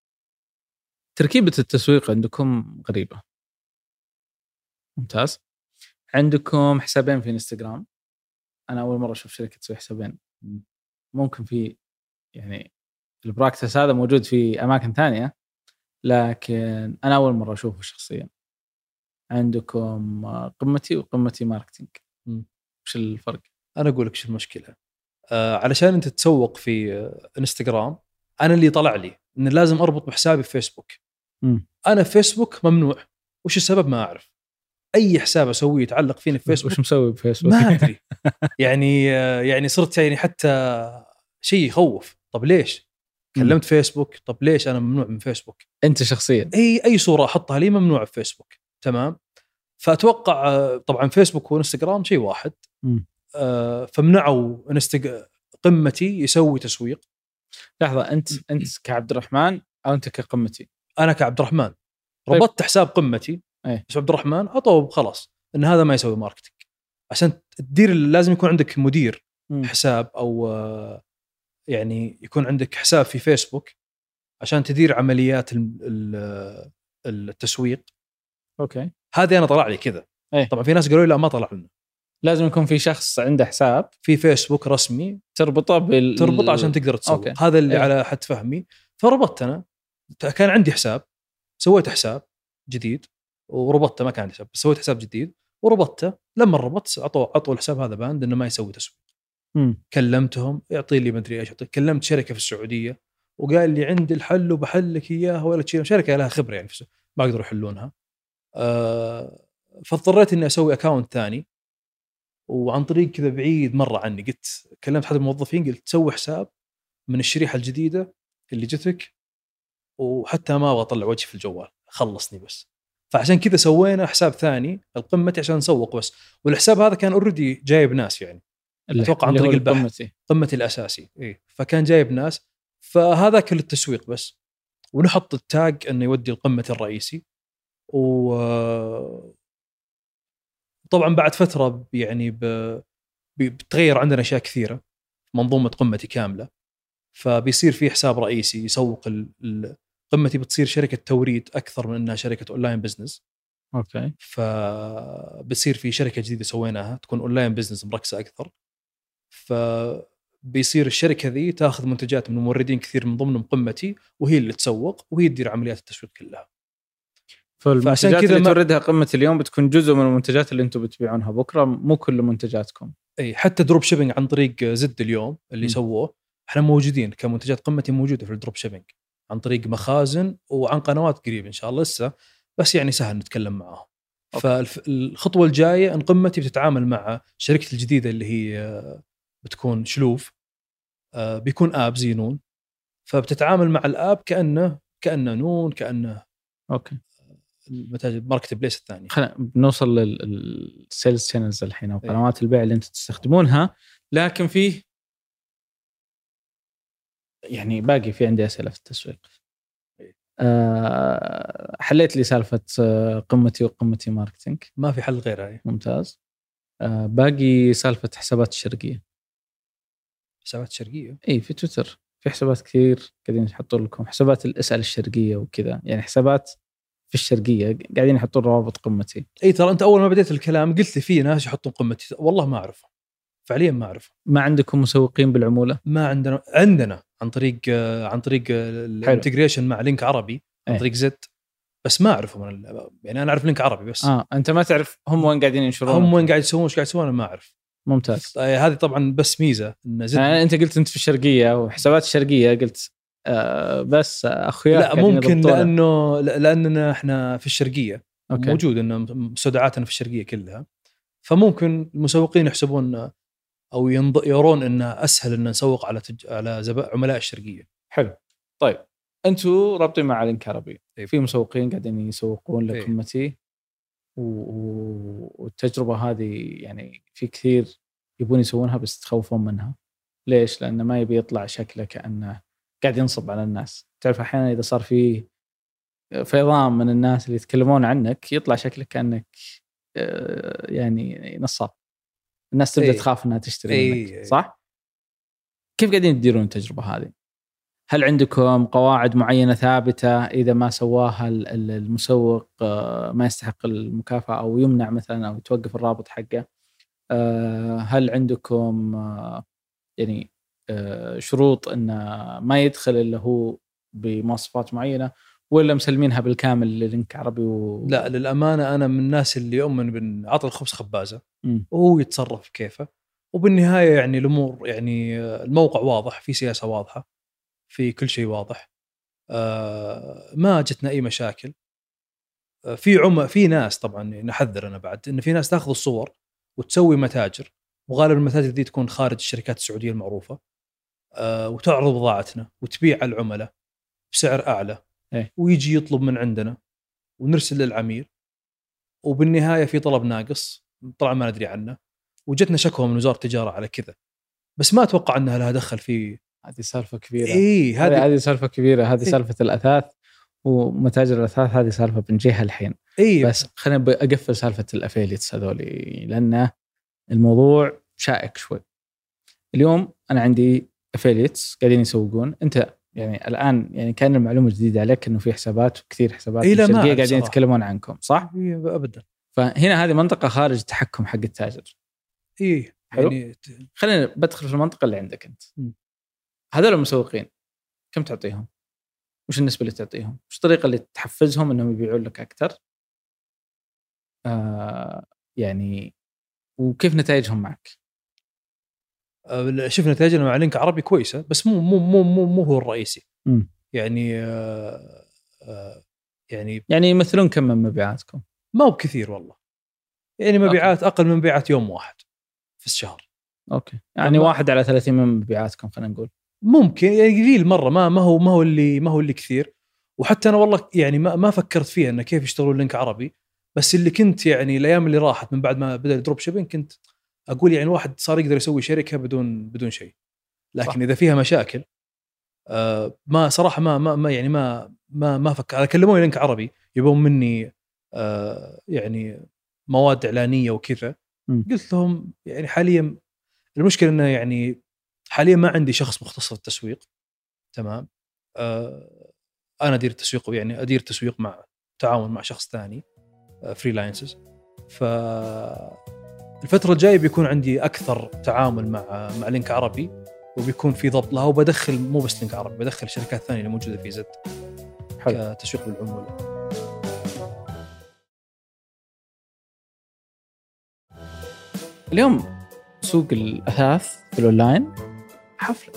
تركيبة التسويق عندكم غريبة. ممتاز. عندكم حسابين في انستغرام، أنا أول مرة أشوف شركة تسوي حسابين. ممكن في يعني البراكتس هذا موجود في أماكن ثانية، لكن أنا أول مرة أشوفه شخصيا. عندكم قمتي وقمتي ماركتينج، وش الفرق؟ أنا أقول لك شو المشكلة. آه علشان أنت تسوق في آه انستغرام، أنا اللي طلع لي إن لازم أربط بحسابي في فيسبوك. م. أنا فيسبوك ممنوع، وش السبب ما أعرف. أي حساب أسويه يتعلق فيني في فيسبوك وش مسوي بفيسبوك ما أدري. يعني آه يعني صرت يعني حتى شيء يخوف. طب ليش كلمت م. فيسبوك؟ طب ليش أنا ممنوع من فيسبوك؟ أنت شخصيا أي أي صورة أحطها لي ممنوع في فيسبوك. تمام. فأتوقع آه طبعا فيسبوك وانستغرام شيء واحد. م. آه فمنعوا انستغ... قمتي يسوي تسويق. لحظة، أنت أنت كعبد الرحمن أو أنت كقمتي؟ أنا كعبد الرحمن ربطت طيب. حساب قمتي أيه؟ بس عبد الرحمن أطوب خلاص إن هذا ما يسوي ماركتينج. عشان تدير لازم يكون عندك مدير م. حساب أو آه يعني يكون عندك حساب في فيسبوك عشان تدير عمليات التسويق. أوكي. هذه أنا طلع لي كذا. أيه؟ طبعا في ناس قالوا لي لا ما طلع لنا. لازم يكون في شخص عنده حساب في فيسبوك رسمي تربطه بال تربطه عشان تقدر تسوق. أوكي. هذا اللي أيه. على حد فهمي. فربطت أنا، كان عندي حساب، سويت حساب جديد وربطته، ما كان عندي حساب بس سويت حساب جديد وربطته. لما ربطت عطوا عطوا الحساب هذا باند انه ما يسوي تسويق. مم. كلمتهم يعطي لي مدري ايش، كلمت شركه في السعوديه وقال لي عندي الحل وبحلك اياه، ولا شيء، شركه لها خبره يعني ما يقدروا يحلونها. أه فاضطريت اني اسوي اكاونت ثاني، وعن طريق كذا بعيد مره عني قلت كلمت حد الموظفين قلت سوي حساب من الشريحه الجديده اللي جتك، وحتى ما ابغى اطلع وجهي في الجوال، خلصني بس. فعشان كذا سوينا حساب ثاني القمتي عشان نسوق بس، والحساب هذا كان اوريدي جايب ناس يعني اتوقع عن طريق البحث قمتي. قمتي الاساسي اي، فكان جايب ناس، فهذا كل التسويق بس. ونحط التاج انه يودي القمه الرئيسي. وطبعا بعد فتره يعني ب... بتغير عندنا اشياء كثيره، منظومه قمتي كامله، فبيصير في حساب رئيسي يسوق ال... قمتي بتصير شركه توريد اكثر من انها شركه اونلاين بزنس. اوكي. فبصير في شركه جديده سويناها تكون اونلاين بزنس مركزه اكثر، فبيصير الشركه ذي تاخذ منتجات من موردين كثير من ضمنهم قمتي، وهي اللي تسوق وهي تدير عمليات التسويق كلها. فالمنتجات اللي توردها قمتي اليوم بتكون جزء من المنتجات اللي انتم بتبيعونها بكره، مو كل منتجاتكم. اي حتى دروب شيبينج عن طريق زد اليوم اللي م. سووه احنا موجودين كمنتجات قمتي موجوده في الدروب شيبينج عن طريق مخازن وعن قنوات قريب ان شاء الله لسه، بس يعني سهل نتكلم معاهم. فالخطوه الجايه ان قمتي بتتعامل مع شركه الجديده اللي هي بتكون شلوف، بيكون اب زي نون، فبتتعامل مع الاب كانه كانه نون كانه اوكي المتاجر ماركت بليس الثاني. خلينا بنوصل للسيلز شانلز الحين او قنوات أيه. البيع اللي انتم تستخدمونها، لكن فيه يعني باقي في عندي اسئله في التسويق. أيه. أه حليت لي سالفه قمتي وقمتي ماركتينج، ما في حل غيرها. أيه. ممتاز. أه باقي سالفه حسابات الشرقيه. حسابات الشرقيه اي في تويتر في حسابات كثير قاعدين يحطوا لكم حسابات الاسئله الشرقيه وكذا، يعني حسابات في الشرقيه قاعدين يحطون روابط قمتي. اي ترى انت اول ما بديت الكلام قلت لي في ناس يحطون قمتي، والله ما اعرف فعليا ما اعرف. ما عندكم مسوقين بالعموله؟ ما عندنا عندنا عن طريق عن طريق الانتجريشن مع لينك عربي عن طريق زد، بس ما اعرفهم انا، يعني انا اعرف لينك عربي بس. اه انت ما تعرف هم وين قاعدين ينشرون، هم وين قاعد يسوون ايش قاعد يسوون انا ما اعرف. ممتاز. هذه طبعا بس ميزه ان زد يعني انت قلت انت في الشرقيه وحسابات الشرقيه، قلت آه بس اخويا لا ممكن لانه لاننا احنا في الشرقيه أوكي. موجود ان مستودعاتنا في الشرقيه كلها، فممكن المسوقين يحسبون او يرون انه اسهل ان نسوق على تج... على زب... عملاء الشرقيه. حلو. طيب انتوا رابطين مع لينك عربي، في مسوقين قاعدين يسوقون لقمتي و... والتجربه هذه يعني في كثير يبون يسوونها بس تخوفون منها. ليش؟ لانه ما يبي يطلع شكله كانه قاعد ينصب على الناس. تعرف احيانا اذا صار في فيضان من الناس اللي يتكلمون عنك يطلع شكلك كانك يعني نصاب، الناس تبدا أي. تخاف انها تشتري أي. منك. صح؟ كيف قاعدين تديرون التجربه هذه؟ هل عندكم قواعد معينه ثابته اذا ما سواها المسوق ما يستحق المكافاه او يمنع مثلا او يتوقف الرابط حقه؟ هل عندكم يعني شروط ان ما يدخل الا هو بمواصفات معينه، ولا مسلمينها بالكامل للينك عربي و... لا للامانه انا من الناس اللي يؤمن بان عطى الخبز خبازه م. وهو يتصرف كيفه، وبالنهايه يعني الامور يعني الموقع واضح، في سياسه واضحه، في كل شيء واضح. آه ما جتنا اي مشاكل. آه في عم في ناس طبعا نحذر انا بعد ان في ناس تاخذ الصور وتسوي متاجر، وغالبا المتاجر دي تكون خارج الشركات السعوديه المعروفه، آه وتعرض بضاعتنا وتبيع على العملاء بسعر اعلى، إيه؟ ويجي يطلب من عندنا ونرسل للعميل، وبالنهايه في طلب ناقص طبعا ما ندري عنه، وجتنا شكوى من وزاره التجاره على كذا، بس ما اتوقع انها لها دخل في. هذه سالفه كبيره. إيه هذه هذه سالفه كبيره. هذه إيه؟ سالفه الاثاث ومتاجر الاثاث، هذه سالفه بنجيها الحين. إيه؟ بس خلينا اقفل سالفه الافيليتس هذولي لانه الموضوع شائك شوي. اليوم انا عندي افيليتس قاعدين يسوقون، انت يعني الان يعني كان المعلومه جديده عليك انه في حسابات وكثير حسابات إيه شرقيه قاعدين يتكلمون عنكم، صح؟ إيه ابدا. فهنا هذه منطقه خارج التحكم حق التاجر. ايه يعني خلينا بدخل في المنطقه اللي عندك انت. هذول المسوقين كم تعطيهم؟ وش النسبه اللي تعطيهم؟ وش الطريقه اللي تحفزهم انهم يبيعون لك اكثر؟ آه يعني وكيف نتائجهم معك؟ أه شوف نتائجنا مع لينك عربي كويسه، بس مو مو مو مو, مو هو الرئيسي. م. يعني أه أه يعني يعني يمثلون كم من مبيعاتكم؟ ما هو بكثير والله، يعني مبيعات أوكي. اقل من مبيعات يوم واحد في الشهر. اوكي، يعني واحد على ثلاثين من مبيعاتكم خلينا نقول. ممكن يعني قليل مره، ما ما هو ما هو اللي ما هو اللي كثير. وحتى انا والله يعني ما ما فكرت فيها انه كيف يشتغلون لينك عربي، بس اللي كنت يعني الايام اللي راحت من بعد ما بدا الدروب شيبينج كنت اقول يعني واحد صار يقدر يسوي شركه بدون بدون شيء. لكن صح. اذا فيها مشاكل آه ما صراحه ما ما, ما يعني ما ما ما فكر. انا كلموني لينك عربي يبون مني آه يعني مواد اعلانيه وكذا. م. قلت لهم يعني حاليا المشكله انه يعني حاليا ما عندي شخص مختص في التسويق. تمام. آه انا ادير التسويق، يعني ادير تسويق مع تعاون مع شخص ثاني آه فريلانسرز. فالفتره الجايه بيكون عندي اكثر تعامل مع مع لينك عربي، وبيكون في ضبط لها، وبدخل مو بس لينك عربي، بدخل شركات ثانيه اللي موجوده في زد كتسويق بالعموله. اليوم سوق الاثاث في الاونلاين حفله،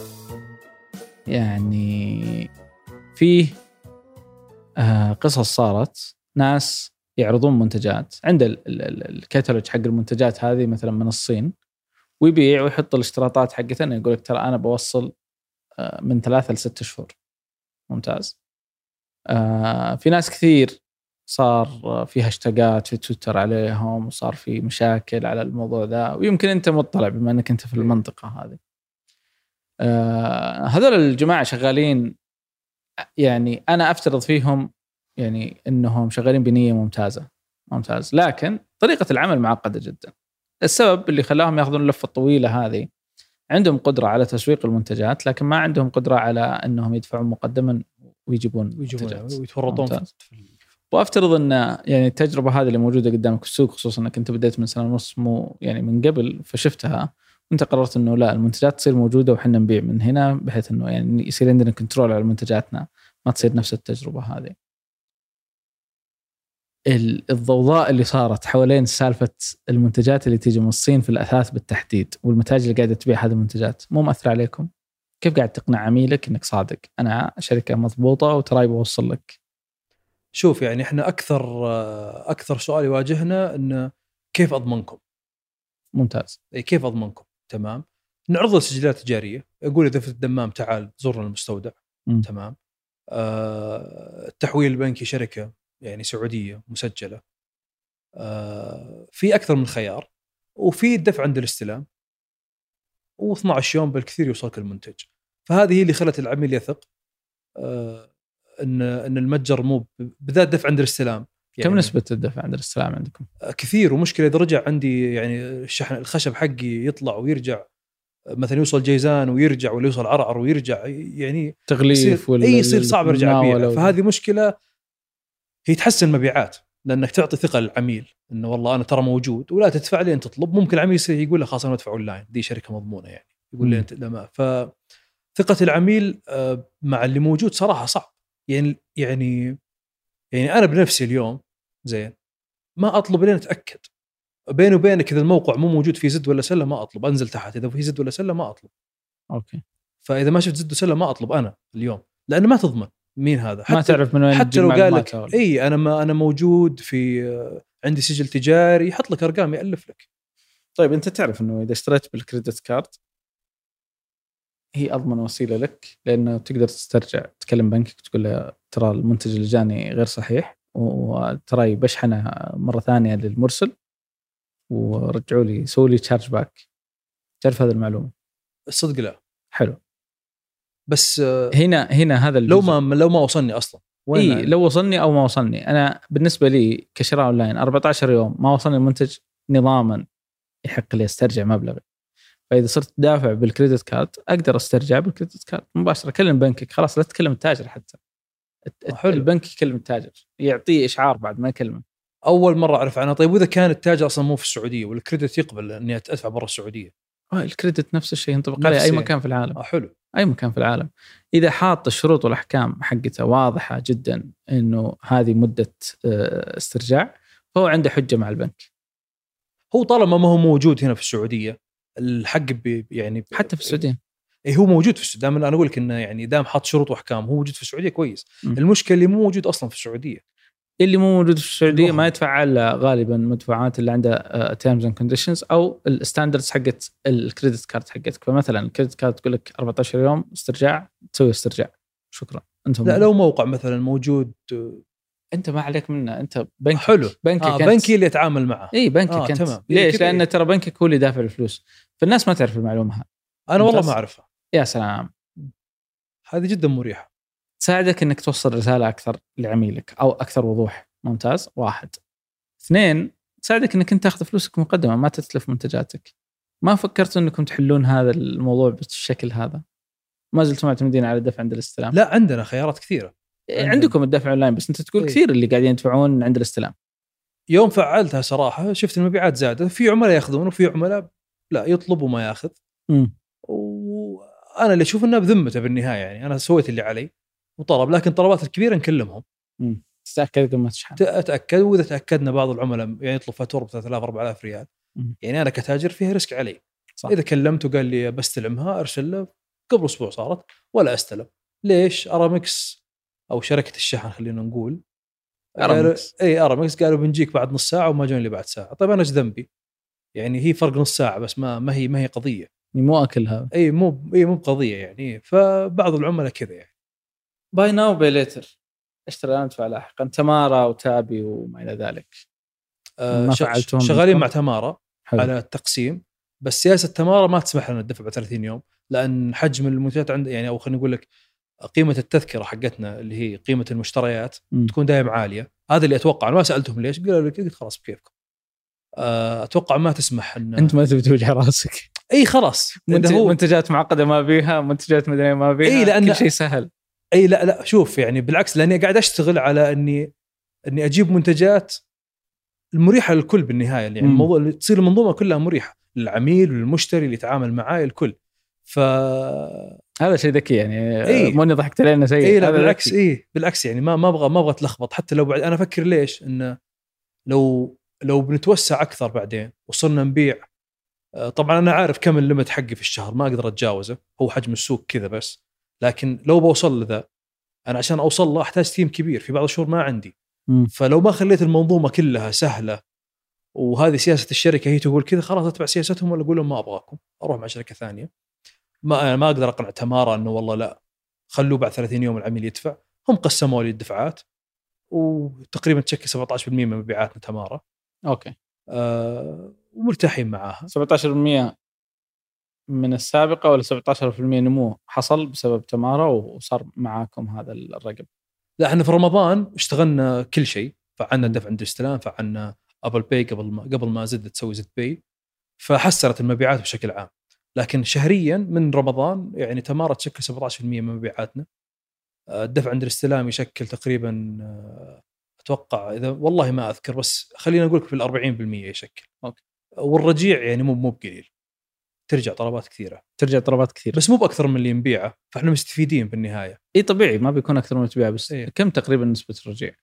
يعني فيه آه قصص صارت، ناس يعرضون منتجات عند الكاتالوج حق المنتجات هذه مثلا من الصين، ويبيع ويحط الاشتراطات حقته انه يقول لك ترى انا بوصل آه من ثلاثة لستة شهور. ممتاز. آه في ناس كثير صار في هاشتاجات في تويتر عليهم، وصار في مشاكل على الموضوع ذا، ويمكن انت مطلع بما انك انت في المنطقة هذه. آه هذول الجماعة شغالين، يعني أنا أفترض فيهم يعني أنهم شغالين بنية ممتازة ممتاز، لكن طريقة العمل معقدة جدا. السبب اللي خلاهم يأخذون اللفة الطويلة هذه، عندهم قدرة على تسويق المنتجات، لكن ما عندهم قدرة على أنهم يدفعون مقدما ويجيبون منتجات ويتورطون. وأفترض أن يعني التجربة هذه اللي موجودة قدامك في السوق، خصوصا أنك أنت بديت من سنة ونص مو يعني من قبل، فشفتها وانت قررت انه لا، المنتجات تصير موجوده وحنا نبيع من هنا، بحيث انه يعني يصير عندنا كنترول على منتجاتنا، ما تصير نفس التجربه هذه. الضوضاء اللي صارت حوالين سالفه المنتجات اللي تيجي من الصين في الاثاث بالتحديد، والمتاجر اللي قاعده تبيع هذه المنتجات، مو مأثر عليكم؟ كيف قاعد تقنع عميلك انك صادق، انا شركه مضبوطه وتراي بوصل لك؟ شوف يعني احنا اكثر اكثر سؤال يواجهنا انه كيف اضمنكم. ممتاز. كيف اضمنكم؟ تمام. نعرض له سجلات تجاريه، اقول اذا في الدمام تعال زورنا المستودع. م. تمام. آه التحويل البنكي شركه يعني سعوديه مسجله. آه في اكثر من خيار، وفي الدفع عند الاستلام، و12 يوم بالكثير يوصلك المنتج. فهذه هي اللي خلت العميل يثق آه ان ان المتجر مو بالذات دفع عند الاستلام. يعني كم نسبة الدفع عند الاستلام عندكم؟ كثير. ومشكلة إذا رجع عندي يعني الشحن الخشب حقي يطلع ويرجع، مثلا يوصل جيزان ويرجع، ولا يوصل عرعر ويرجع، يعني تغليف ولا أي يصير صعب يرجع بيها. فهذه مشكلة هي تحسن مبيعات، لأنك تعطي ثقة للعميل إنه والله أنا ترى موجود ولا تدفع لي أن تطلب. ممكن العميل يقول له خلاص أنا أدفع أونلاين، دي شركة مضمونة يعني، يقول لي أنت لما. فثقة العميل مع اللي موجود صراحة صعب. يعني يعني يعني أنا بنفسي اليوم زين ما أطلب لين أتأكد. بيني وبينك إذا الموقع مو موجود في زد ولا سلة ما أطلب، أنزل تحت إذا في زد ولا سلة ما أطلب. أوكي. فإذا ما شفت زد وسلة ما أطلب أنا اليوم، لأنه ما تضمن مين هذا. حتى ما تعرف من وين. حتى لو قال لك إيه أنا ما أنا موجود في عندي سجل تجاري، يحط لك أرقام يألف لك. طيب أنت تعرف إنه إذا اشتريت بالكريدت كارد هي أضمن وسيلة لك، لأنه تقدر تسترجع تكلم بنكك تقول له ترى المنتج اللي جاني غير صحيح، وترى بشحنه مرة ثانية للمرسل ورجعوا لي سووا لي تشارج باك. تعرف هذا المعلومة؟ الصدق لا. حلو. بس هنا هنا هذا لو ما لو ما وصلني أصلا وين إيه لو وصلني أو ما وصلني، أنا بالنسبة لي كشراء أونلاين أربعة عشر يوم ما وصلني المنتج نظاما يحق لي استرجع مبلغي. فإذا صرت دافع بالكريدت كارد أقدر استرجع بالكريدت كارد مباشرة. كلم بنكك خلاص، لا تكلم التاجر حتى. حلو. البنك يكلم التاجر، يعطيه إشعار بعد ما يكلمه. أول مرة أعرف عنها. طيب وإذا كان التاجر أصلا مو في السعودية والكريدت يقبل إني أدفع برا السعودية؟ آه الكريدت نفس الشيء ينطبق عليه أي مكان في العالم. آه حلو. أي مكان في العالم إذا حاط الشروط والأحكام حقته واضحة جدا إنه هذه مدة استرجاع، فهو عنده حجة مع البنك. هو طالما ما هو موجود هنا في السعوديه الحق بي يعني حتى في السعوديه اي هو موجود في السعوديه. دام انا اقول لك انه يعني دام حط شروط واحكام هو موجود في السعوديه كويس. م. المشكله اللي مو موجود اصلا في السعوديه، اللي مو موجود في السعوديه الوهم. ما يدفع على غالبا مدفوعات اللي عندها تيرمز اند كونديشنز او الستاندردز حقت الكريدت كارد حقتك. فمثلا الكريدت كارد تقول لك أربعة عشر يوم استرجاع، تسوي استرجاع شكرا. انتم لا لو موقع مثلا موجود انت ما عليك منه، انت بنك حلو بنكك آه بنكي اللي يتعامل معه. اي بنكك آه انت تمام. ليش؟ لان ترى بنكك هو اللي دافع الفلوس، فالناس ما تعرف المعلومه هذه. انا والله ما اعرفها. يا سلام، هذه جدا مريحه، تساعدك انك توصل رساله اكثر لعميلك او اكثر وضوح. ممتاز. واحد. اثنين، تساعدك انك انت تاخذ فلوسك مقدمه، ما تتلف منتجاتك. ما فكرتوا انكم تحلون هذا الموضوع بالشكل هذا؟ ما زلتم معتمدين على الدفع عند الاستلام؟ لا عندنا خيارات كثيره. عندنا. عندكم الدفع اونلاين، بس انت تقول إيه؟ كثير اللي قاعدين يدفعون عند الاستلام. يوم فعلتها صراحه شفت المبيعات زادت، في عملاء ياخذون وفي عملاء لا يطلبوا ما ياخذ. امم وانا اللي اشوف انه بذمته بالنهايه، يعني انا سويت اللي علي وطلب، لكن طلبات الكبيره نكلمهم. امم تتاكد قبل ما تشحن. اتاكد، واذا تاكدنا بعض العملاء يعني يطلب فاتوره ب ثلاثة آلاف أربعة آلاف ريال، مم. يعني انا كتاجر فيها ريسك علي. صح. اذا كلمته قال لي بستلمها ارسل له قبل اسبوع صارت ولا استلم. ليش؟ ارامكس او شركه الشحن خلينا نقول ارامكس اي ارامكس قالوا بنجيك بعد نص ساعه وما جوني بعد ساعه. طيب انا ايش ذنبي؟ يعني هي فرق نص ساعه بس، ما ما هي ما هي قضيه. مو اكل هذا. اي مو اي مو بقضيه يعني. فبعض العملاء كذا يعني. باي ناو باي ليتر، اشتري ادفع لاحقا. تمارا وتابي وما الى ذلك آه شغالين مع تمارا حلو. على التقسيم، بس سياسه تمارا ما تسمح لنا الدفع بعد ثلاثين يوم، لان حجم المنتجات عند يعني او خلينا نقول لك قيمه التذكره حقتنا اللي هي قيمه المشتريات م. تكون دائما عاليه. هذا اللي اتوقع. ما سالتهم ليش، قالوا لي خلاص بكيفكم. اتوقع ما تسمح ان انت ما تبي توجع راسك. اي خلاص منتج... هو... منتجات معقده ما بيها، منتجات مدنيه ما بيها. اي لأن... كل شيء سهل. اي لا لا شوف يعني بالعكس، لاني قاعد اشتغل على اني اني اجيب منتجات المريحه للكل بالنهايه. يعني م. الموضوع تصير المنظومه كلها مريحه للعميل وللمشتري اللي يتعامل معاه الكل. ف هذا شيء ذكي يعني. إيه؟ مو اني ضحكت علينا شيء. اي لا بالعكس. اي بالعكس يعني ما ما ابغى ما ابغى اتلخبط. حتى لو بعد انا افكر ليش انه لو لو بنتوسع اكثر بعدين وصلنا نبيع. طبعا انا عارف كم الليمت حقي في الشهر ما اقدر اتجاوزه، هو حجم السوق كذا بس. لكن لو بوصل لذا انا عشان اوصل له احتاج تيم كبير، في بعض الشهور ما عندي. م. فلو ما خليت المنظومه كلها سهله وهذه سياسه الشركه هي تقول كذا، خلاص اتبع سياستهم ولا اقول لهم ما ابغاكم اروح مع شركه ثانيه. ما ما اقدر اقنع تمارا انه والله لا خلوه بعد ثلاثين يوم العميل يدفع. هم قسموا لي الدفعات وتقريبا تشكل سبعة عشر بالمئة من مبيعاتنا تمارا. اوكي. آه ومرتاحين معاها. سبعة عشر بالمئة من السابقه ولا سبعة عشر بالمئة نمو حصل بسبب تمارا وصار معاكم هذا الرقم؟ لا احنا في رمضان اشتغلنا كل شيء، فعلنا دفع عند الاستلام، فعلنا ابل باي قبل ما قبل ما زد تسوي زد باي، فحسرت المبيعات بشكل عام. لكن شهريا من رمضان يعني تمارا تشكل سبعة عشر بالمئة من مبيعاتنا. الدفع عند الاستلام يشكل تقريبا اتوقع اذا والله ما اذكر بس خلينا نقول لك في الأربعين بالمئة يشكل. أوكي. والرجيع يعني مو مو بقليل، ترجع طلبات كثيره ترجع طلبات كثيره بس مو باكثر من اللي نبيعه، فاحنا مستفيدين بالنهايه. اي طبيعي ما بيكون اكثر من تبيع، بس إيه؟ كم تقريبا نسبه الرجيع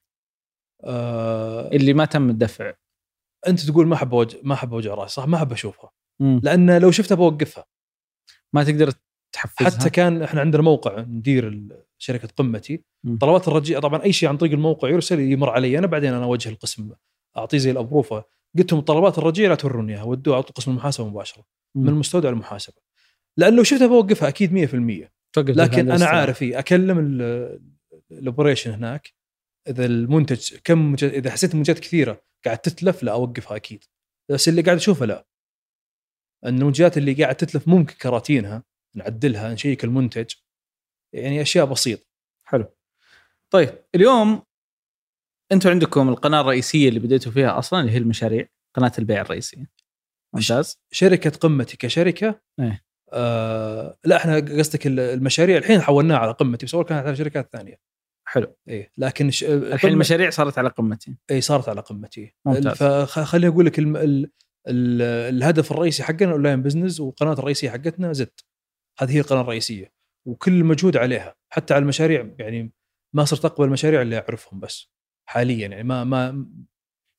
آه اللي ما تم الدفع؟ انت تقول ما احب وجه ما احب وجه راسي صح، ما احب اشوفها. مم. لان لو شفتها بوقفها، ما تقدر تحفزها. حتى كان احنا عندنا موقع ندير شركه قمتي، مم. طلبات الرجيع طبعا اي شيء عن طريق الموقع يرسل يمر علي انا، بعدين انا اوجه القسم اعطيه زي الابروفه، قلت لهم طلبات الرجيع لا توروني اياها، ودوها على قسم المحاسبه مباشره. مم. من المستودع المحاسبه، لان لو شفتها بوقفها اكيد مية بالمية. لكن انا عارف إيه اكلم الاوبريشن هناك، اذا المنتج كم مجد... اذا حسيت المنتجات كثيره قاعد تتلف لا اوقفها اكيد. بس اللي قاعد اشوفه لا، ان المنتجات اللي قاعد تتلف ممكن كراتينها نعدلها، نشيك المنتج، يعني اشياء بسيطه. حلو. طيب اليوم انتم عندكم القناه الرئيسيه اللي بديتوا فيها اصلا اللي هي المشاريع، قناه البيع الرئيسيه. ممتاز. شركه قمتي كشركه ايه. آه لا احنا قصدك المشاريع الحين حولناها على قمتي، بس اول كانت على شركات ثانيه. حلو. ايه لكن ش... الحين المشاريع صارت على قمتي. اي صارت على قمتي. ممتاز. فخليني اقول لك الم... ال... ال... الهدف الرئيسي حقنا اونلاين بزنس، والقناه الرئيسيه حقتنا زد، هذه هي القناه الرئيسيه وكل المجهود عليها. حتى على المشاريع يعني ما صرت اقبل المشاريع اللي اعرفهم بس حاليا، يعني ما ما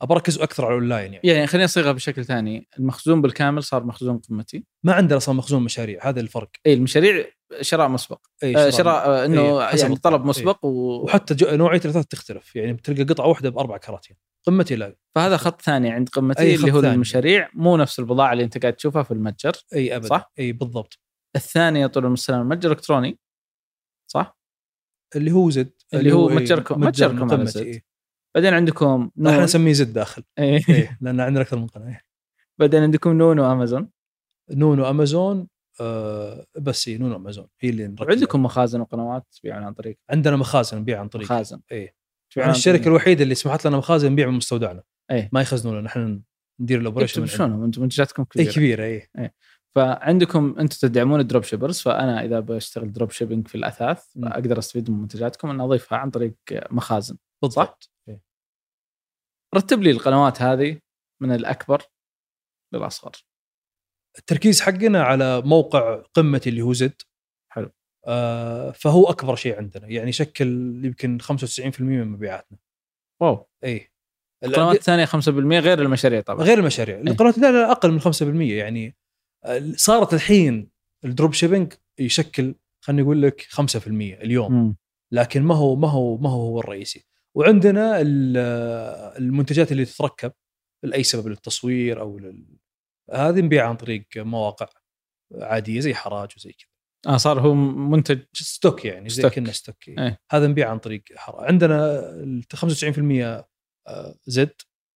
ابركز اكثر على الاونلاين يعني. يعني خلينا نصيغها بشكل ثاني، المخزون بالكامل صار مخزون قمتي. ما عندنا اصلا مخزون مشاريع، هذا الفرق. اي المشاريع شراء مسبق، أي شراء, شراء, شراء آه انه أي يعني طلب مسبق. أي. و... وحتى نوعيه الاثاث تختلف، يعني بتلقى قطعه واحده باربع كراتين، قمتي لا. فهذا خط ثاني عند قمتي اللي هو ثاني. المشاريع مو نفس البضاعه اللي انت قاعد تشوفها في المتجر. اي ابدا صح؟ اي بالضبط. الثانيه طول المسلم المتجر الالكتروني، صح؟ اللي هو زد، اللي هو متجركم متجركم على زد. إيه؟ بعدين عندكم نون، احنا نسميه زد داخل. إيه. إيه لان عندنا اكثر من قناه. بعدين عندكم نون وامازون. نون وامازون آه بس نون وامازون هي اللي نركز. عندكم مخازن وقنوات تبيعون عن طريق؟ عندنا مخازن نبيع عن طريق مخازن. ايه الشركه الوحيده اللي سمحت لنا مخازن نبيع من مستودعنا. ايه. ما يخزنوا لنا، احنا ندير الاوبريشن. شلون انتم منتجاتكم كبيره؟ اي كبيره. ايه, إيه. فعندكم انتم تدعمون الدروب شيبرز، فانا اذا بشتغل دروب شيبينج في الاثاث اقدر استفيد من منتجاتكم ان اضيفها عن طريق مخازن. بالضبط. إيه. رتب لي القنوات هذه من الاكبر للاصغر. التركيز حقنا على موقع قمتي اللي هو زد. حلو. آه فهو اكبر شيء عندنا، يعني شكل يمكن خمسة وتسعين بالمئة من مبيعاتنا. واو. اي القنوات الثانيه خمسة بالمئة غير المشاريع طبعا. غير المشاريع. أيه. القنوات لا لا اقل من خمسة بالمئة، يعني صارت الحين الدروب شيبينج يشكل خليني اقول لك خمسة بالمئة اليوم. م. لكن ما هو ما هو ما هو الرئيسي. وعندنا المنتجات اللي تتركب لاي سبب، للتصوير او لل... هذه نبيع عن طريق مواقع عاديه زي حراج وزي كذا. اه صار هو منتج ستوك يعني زي كنا ستوك. ايه. هذا نبيع عن طريق حراج. عندنا خمسة وتسعين بالمئة زد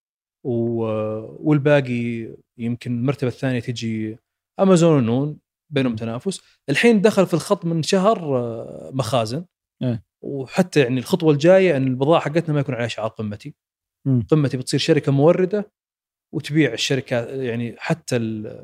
والباقي يمكن المرتبه الثانيه تجي امازون ونون، بينهم تنافس. الحين دخل في الخط من شهر مخازن. ايه. وحتى يعني الخطوه الجايه ان البضاعه حقتنا ما يكون عليها شعار قمتي. م. قمتي بتصير شركه مورده وتبيع الشركات، يعني حتى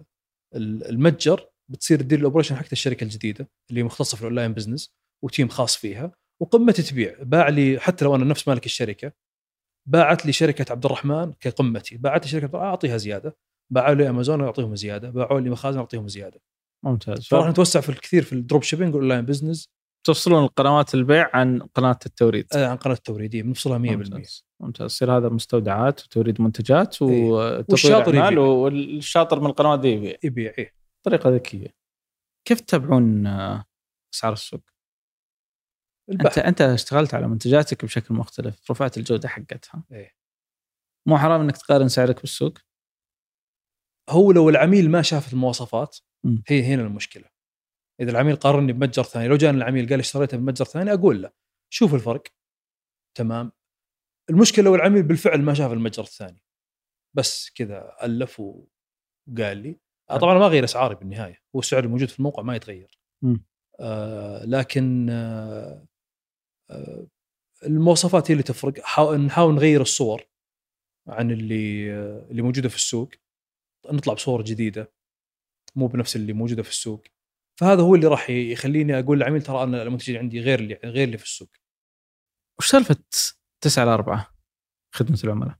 المتجر بتصير تدير الاوبريشن حق الشركه الجديده اللي مختصه في الاونلاين بزنس وتيم خاص فيها. وقمتي تبيع، باع لي حتى لو انا نفس مالك الشركه، باعت لي شركه عبد الرحمن كقمتي، باعت لي شركه اعطيها زياده، باعوا لي امازون اعطيهم زياده، باعوا لي مخازن اعطيهم زياده. ممتاز. فراح نتوسع في الكثير في الدروب شيبينج والاونلاين بزنس. تفصلون القنوات البيع عن قناه التوريد. آه عن قناه التوريديه بنفصلها مية بالمية. ممتاز. ممتاز. يصير هذا مستودعات وتوريد منتجات وتطوير اعمال، والشاطر من القنوات دي يبيع. يبيع إيه؟ طريقه ذكيه. كيف تتابعون اسعار السوق؟ انت انت اشتغلت على منتجاتك بشكل مختلف، رفعت الجوده حقتها. إيه؟ مو حرام انك تقارن سعرك بالسوق؟ هو لو العميل ما شاف المواصفات م. هي هنا المشكله. اذا العميل قارني بمتجر ثاني، لو جاني العميل قال اشتريته بمتجر ثاني اقول له شوف الفرق تمام. المشكله لو العميل بالفعل ما شاف المتجر الثاني، بس كذا الف وقال لي طبعا ما غير اسعاري بالنهايه، هو السعر الموجود في الموقع ما يتغير. م. آه لكن آه آه المواصفات هي اللي تفرق. نحاول نغير الصور عن اللي آه اللي موجوده في السوق، نطلع بصور جديده مو بنفس اللي موجوده في السوق. فهذا هو اللي راح يخليني اقول للعميل ترى انا المنتج عندي غير اللي غير اللي في السوق. وش سالفه تسعة على أربعة خدمه العملاء؟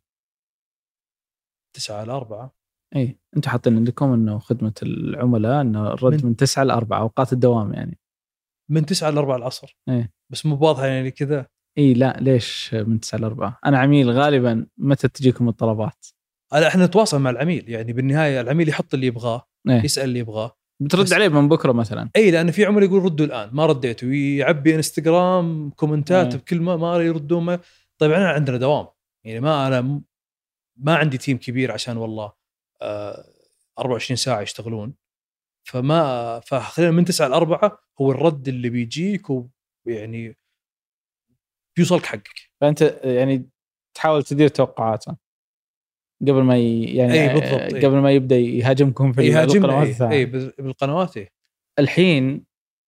تسعة على أربعة اي انتم حاطين عندكم انه خدمه العملاء انه الرد من, من تسعة ل أربعة اوقات الدوام، يعني من تسعة ل أربعة العصر. اي بس مو واضحه يعني كذا. اي لا ليش من تسعة ل أربعة؟ انا عميل غالبا متى تجيكم الطلبات؟ احنا نتواصل مع العميل، يعني بالنهايه العميل يحط اللي يبغاه. إيه؟ يسال اللي يبغاه، بترد عليه من بكره مثلا. اي لان في عملاء يقول ردوا الان ما رديتوا، ويعبي انستغرام كومنتات بكل ما ما يردون ما. طيب احنا عندنا دوام، يعني ما انا ما عندي تيم كبير عشان والله أربعة وعشرين ساعه يشتغلون. فما فخلينا من تسعة ل أربعة هو الرد اللي بيجيك ويعني بيوصلك حقك. فانت يعني تحاول تدير توقعاته قبل ما ي... يعني أي بالضبط. قبل ما يبدا يهاجمكم في القنوات الثانيه. اي بالقنوات. اي الحين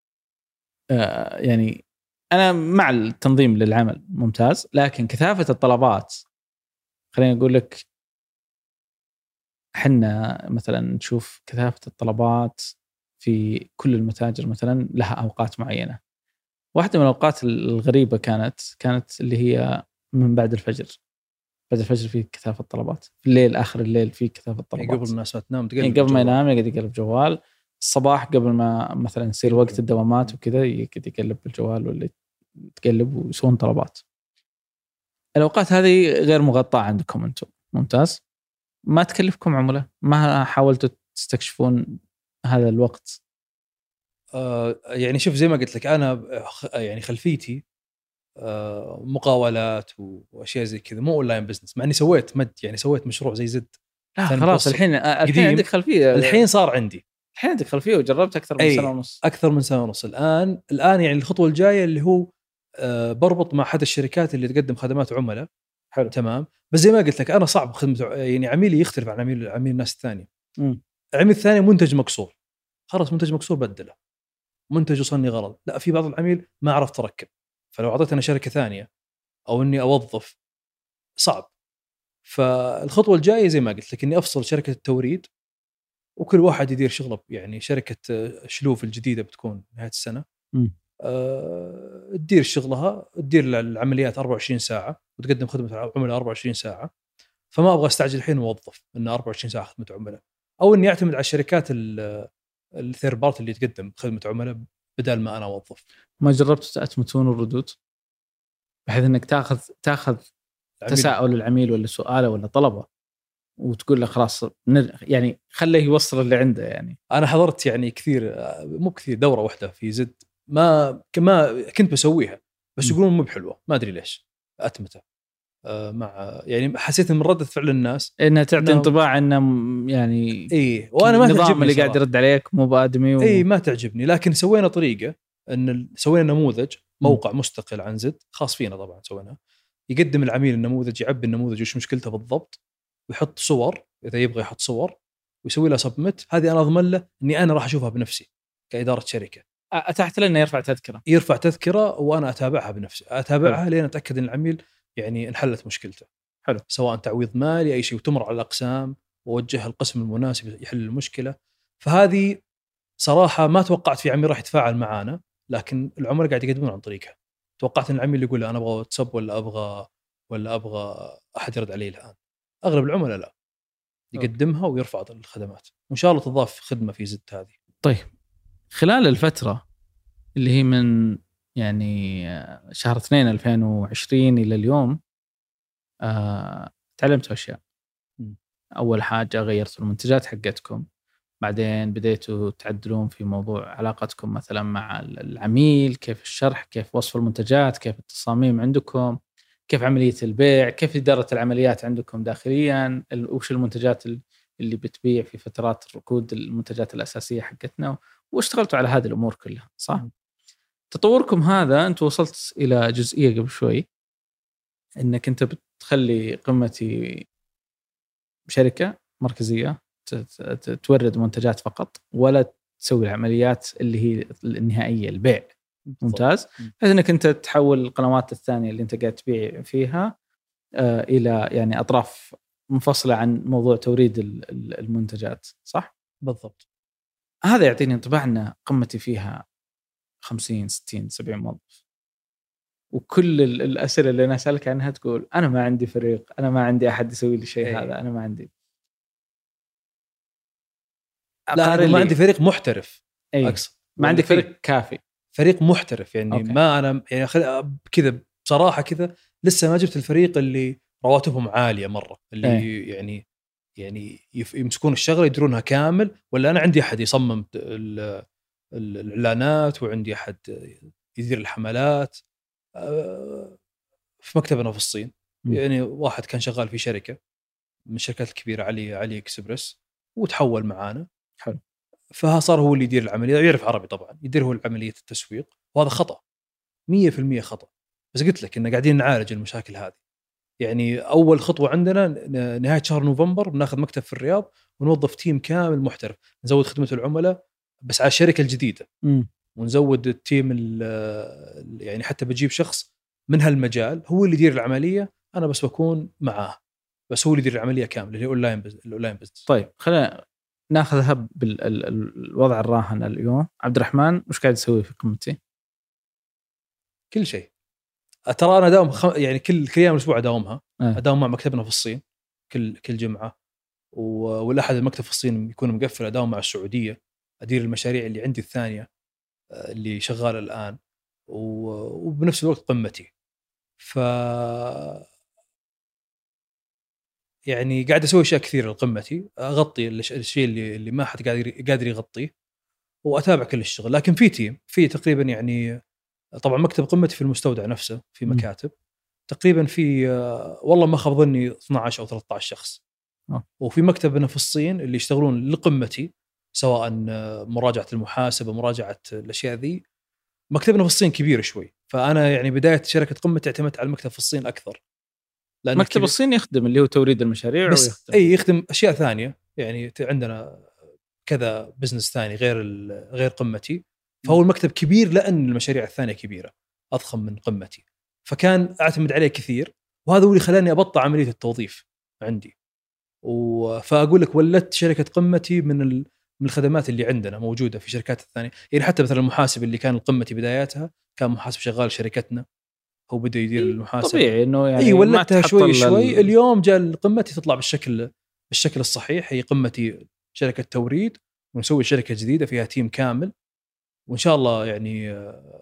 آه يعني انا مع التنظيم للعمل ممتاز، لكن كثافه الطلبات خليني اقول لك احنا مثلا نشوف كثافه الطلبات في كل المتاجر مثلا لها اوقات معينه. واحده من الاوقات الغريبه كانت كانت اللي هي من بعد الفجر. بعد الفجر في كثافه طلبات، في الليل اخر الليل في كثافه طلبات. قبل الناس ما تنام تقلب يعني قبل ما ينام يقعد يقلب جوال. الصباح قبل ما مثلا يصير وقت الدوامات وكذا يقعد يقلب بالجوال ولا تقلب ويسوون طلبات. الاوقات هذه غير مغطاه عندكم انتم. ممتاز. ما تكلفكم عملاء؟ ما حاولتوا تستكشفون هذا الوقت؟ آه يعني شوف زي ما قلت لك أنا يعني خلفيتي آه مقاولات وأشياء زي كذا، مو أونلاين بزنس، مع أني سويت مد يعني سويت مشروع زي زد. لا خلاص الحين الحين عندك خلفية، الحين صار عندي الحين عندك خلفية وجربت أكثر من سنة ونص. أكثر من سنة ونص الآن الآن يعني الخطوة الجاية اللي هو آه بربط مع أحد الشركات اللي تقدم خدمات عملاء. حلو. تمام. بس زي ما قلت لك أنا صعب خدمة يعني عميلي يختلف عن عميل عميل الناس الثانية. م. العميل الثاني منتج مكسور، خلاص منتج مكسور بدله. منتج وصلني غلط، لا في بعض العميل ما عرفت أركب، فلو أعطيت أنا شركة ثانية أو إني أوظف صعب. فالخطوة الجاية زي ما قلت لك إني أفصل شركة التوريد وكل واحد يدير شغله. يعني شركة شلوف الجديدة بتكون نهاية السنة أه تدير شغلها، تدير العمليات أربعة وعشرين ساعة وتقدم خدمة عملاء أربعة وعشرين ساعة. فما أبغى استعجل الحين ووظف إن أربعة وعشرين ساعة خدمة عملاء، أو إني أعتمد على الشركات الثيرد بارتي اللي تقدم خدمة عملاء بدل ما أنا أوظف. ما جربت تأتمتون الردود بحيث إنك تأخذ تأخذ تساؤل العميل ولا سؤاله ولا طلبه وتقول له خلاص يعني خليه يوصل اللي عنده؟ يعني أنا حضرت يعني كثير، مو كثير، دورة واحدة في زد ما كما كنت بسويها بس يقولون مو بحلوة، ما أدري ليش أتمته. مع يعني حسيت من ردة فعل الناس انها تعطي انطباع انه يعني ايه، وانا ما النظام اللي قاعد يرد عليك مو بادمي و... ايه ما تعجبني. لكن سوينا طريقه ان سوينا نموذج موقع م. مستقل عن زد خاص فينا طبعا سويناه، يقدم العميل النموذج، يعبي النموذج وش مشكلته بالضبط ويحط صور اذا يبغى يحط صور ويسوي له سبمت. هذه انا اضمن له اني انا راح اشوفها بنفسي كاداره شركه. اتحت له انه يرفع تذكره يرفع تذكره وانا اتابعها بنفسي، اتابعها لين اتاكد ان العميل يعني انحلت مشكلته. حلو. سواء تعويض مالي اي شيء، وتمر على الاقسام ووجهها القسم المناسب يحل المشكله. فهذه صراحه ما توقعت في عميل راح يتفاعل معانا، لكن العملاء قاعد يقدمون عن طريقها. توقعت ان العميل يقول انا ابغى واتساب ولا ابغى ولا ابغى احد يرد علي الان. اغلب العملاء لا، يقدمها ويرفع الخدمات، وان شاء الله تضاف خدمه في زد هذه. طيب خلال الفتره اللي هي من يعني شهر اثنين ألفين وعشرين الى اليوم آه، تعلمت اشياء. اول حاجه غيرت المنتجات حقتكم، بعدين بديتوا تعدلون في موضوع علاقتكم مثلا مع العميل، كيف الشرح، كيف وصف المنتجات، كيف التصاميم عندكم، كيف عملية البيع، كيف إدارة العمليات عندكم داخليا، وش المنتجات اللي بتبيع في فترات الركود، المنتجات الأساسية حقتنا، واشتغلتوا على هذه الأمور كلها صح؟ م. تطوركم هذا أنت وصلت إلى جزئية قبل شوي إنك أنت بتخلي قمتي شركة مركزية تورد منتجات فقط ولا تسوي العمليات اللي هي النهائية البيع. ممتاز. بحيث انك انت تحول القنوات الثانية اللي انت قاعد تبيع فيها آه الى يعني اطراف منفصلة عن موضوع توريد المنتجات صح؟ بالضبط. هذا يعطيني انطباع ان قمتي فيها خمسين ستين سبعين موظف، وكل الأسئلة اللي أنا أسألك عنها تقول أنا ما عندي فريق، أنا ما عندي أحد يسوي لي شيء. هذا أنا ما عندي. لا أنا ما عندي فريق محترف. أيه. أقصد ما عندي فريق كافي، فريق محترف يعني. أوكي. ما أنا يعني كذا بصراحة كذا لسه ما جبت الفريق اللي رواتبهم عالية مرة، اللي أيه. يعني يعني يمسكون الشغلة يدرونها كامل، ولا أنا عندي أحد يصمم الإعلانات وعندي أحد يدير الحملات. في مكتبنا في الصين م. يعني واحد كان شغال في شركة من الشركات الكبيرة علي علي إكسبرس وتحول معانا. حلو. فصار هو اللي يدير العملية، يعرف عربي طبعا، يدير هو عملية التسويق، وهذا خطأ مية في المية خطأ. بس قلت لك إن قاعدين نعالج المشاكل هذه. يعني أول خطوة عندنا نهاية شهر نوفمبر بناخذ مكتب في الرياض ونوظف تيم كامل محترف، نزود خدمة العملاء بس على الشركة الجديدة م. ونزود التيم يعني حتى بجيب شخص من هالمجال هو اللي يدير العملية، أنا بس بكون معاه، بس هو اللي يدير العملية كاملة اللي هي أونلاين بزنس. الأونلاين بزنس. طيب خلينا ناخذها بالوضع الراهن اليوم. عبد الرحمن وش قاعد تسوي في قمتي؟ كل شيء. ترى أنا داوم خم... يعني كل كل أيام الأسبوع أداومها. أه. أداوم مع مكتبنا في الصين كل كل جمعة، والأحد المكتب في الصين يكون مقفل أداوم مع السعودية، أدير المشاريع اللي عندي الثانية اللي شغالة الآن، وبنفس الوقت قمتي. ف يعني قاعد اسوي اشياء كثيره لقمتي، اغطي الشيء اللي اللي ما حد قادر قادر يغطيه، واتابع كل الشغل. لكن في تيم في تقريبا يعني طبعا مكتب قمتي في المستودع نفسه في مكاتب تقريبا في والله ما خاب ظني اثنا عشر او ثلاثة عشر شخص. أوه. وفي مكتبنا في الصين اللي يشتغلون لقمتي، سواء مراجعه المحاسبه مراجعه الاشياء ذي. مكتبنا في الصين كبير شوي، فانا يعني بدايه شركه قمتي اعتمدت على المكتب في الصين اكثر. مكتب كبير. الصين يخدم اللي هو توريد المشاريع بس ويخدم. اي يخدم اشياء ثانيه، يعني عندنا كذا بزنس ثاني غير غير قمتي. فهو المكتب كبير لان المشاريع الثانيه كبيره اضخم من قمتي، فكان اعتمد عليه كثير، وهذا هو اللي خلاني ابطأ عمليه التوظيف عندي. فاقول لك ولدت شركه قمتي من ال... من الخدمات اللي عندنا موجوده في شركات الثانيه. يعني حتى مثلا المحاسب اللي كان قمتي بداياتها كان محاسب شغال شركتنا، هو بدا يدير المحاسبه. طبيعي انه يعني اي ولدتها شوي شوي. اليوم جاء قمتي تطلع بالشكل بالشكل الصحيح. هي قمتي شركه توريد، ونسوي شركه جديده فيها تيم كامل، وان شاء الله يعني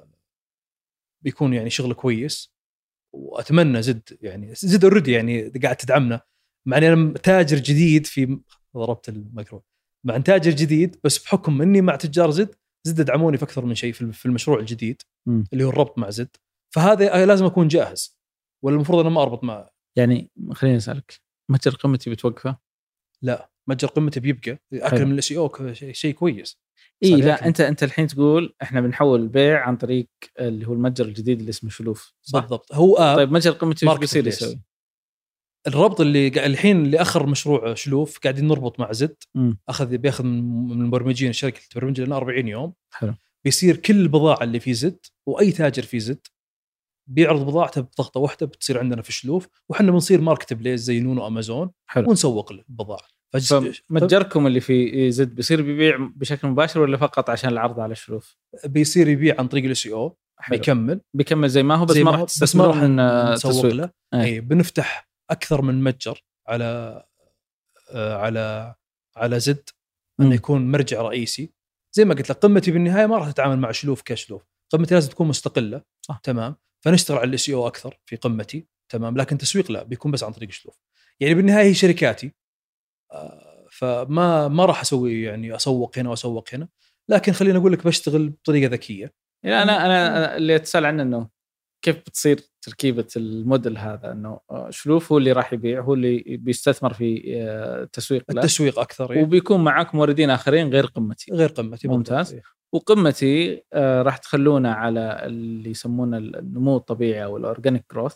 بيكون يعني شغل كويس. واتمنى زد يعني زد اوريدي يعني قاعد تدعمنا، مع اني انا تاجر جديد في ضربت الميكرو مع تاجر جديد، بس بحكم اني مع تجار زد زد دعموني في اكثر من شيء في المشروع الجديد م. اللي هو الربط مع زد. فهذا لازم اكون جاهز، ولا المفروض انا ما اربط معه. يعني خليني اسالك، متجر قمتي بتوقفه؟ لا، متجر قمتي بيبقى اكل من الاس او شيء شيء كويس. اي لا انت انت الحين تقول احنا بنحول البيع عن طريق اللي هو المتجر الجديد اللي اسمه شلوف، صح؟ بالضبط. هو آب. طيب متجر قمتي ايش بيصير يسوي؟ الربط اللي الحين اللي اخر مشروع شلوف قاعدين نربط مع زد، م. اخذ بياخذ من المبرمجين شركه التبرمج لنا أربعين يوم. حلو. بيصير كل البضاعه اللي في زد واي تاجر في زد بيعرض بضاعته بضغطه واحده بتصير عندنا في شلوف، وحنا بنصير ماركت بليس زي نونو امازون. حلو. ونسوق البضاعه. فمتجركم اللي في زد بيصير بيبيع بشكل مباشر ولا فقط عشان العرض على شلوف؟ بيصير يبيع عن طريق الاس او. بيكمل بيكمل زي ما هو، بس ما راح بس ما راح نسوق له. اي أيه. بنفتح اكثر من متجر على آه على على زد انه يكون مرجع رئيسي. زي ما قلت لك قمتي بالنهايه ما راح تتعامل مع شلوف كشلوف، قمتي لازم تكون مستقله. صح. تمام. فنشتغل على الاس او اكثر في قمتي. تمام. لكن تسويق لا، بيكون بس عن طريق شلوف. يعني بالنهايه هي شركاتي، آه فما ما راح اسوي يعني اسوق هنا واسوق هنا، لكن خليني اقول لك بشتغل بطريقه ذكيه. يعني انا انا اللي اتسال عنه انه كيف بتصير تركيبه الموديل هذا، انه شلوف هو اللي راح يبيع، هو اللي بيستثمر في التسويق التسويق اكثر. إيه؟ وبيكون معاك موردين اخرين غير قمتي. غير قمتي. ممتاز. إيه؟ وقمتي راح تخلونا على اللي يسمونه النمو الطبيعي او الاورجانيك جروث،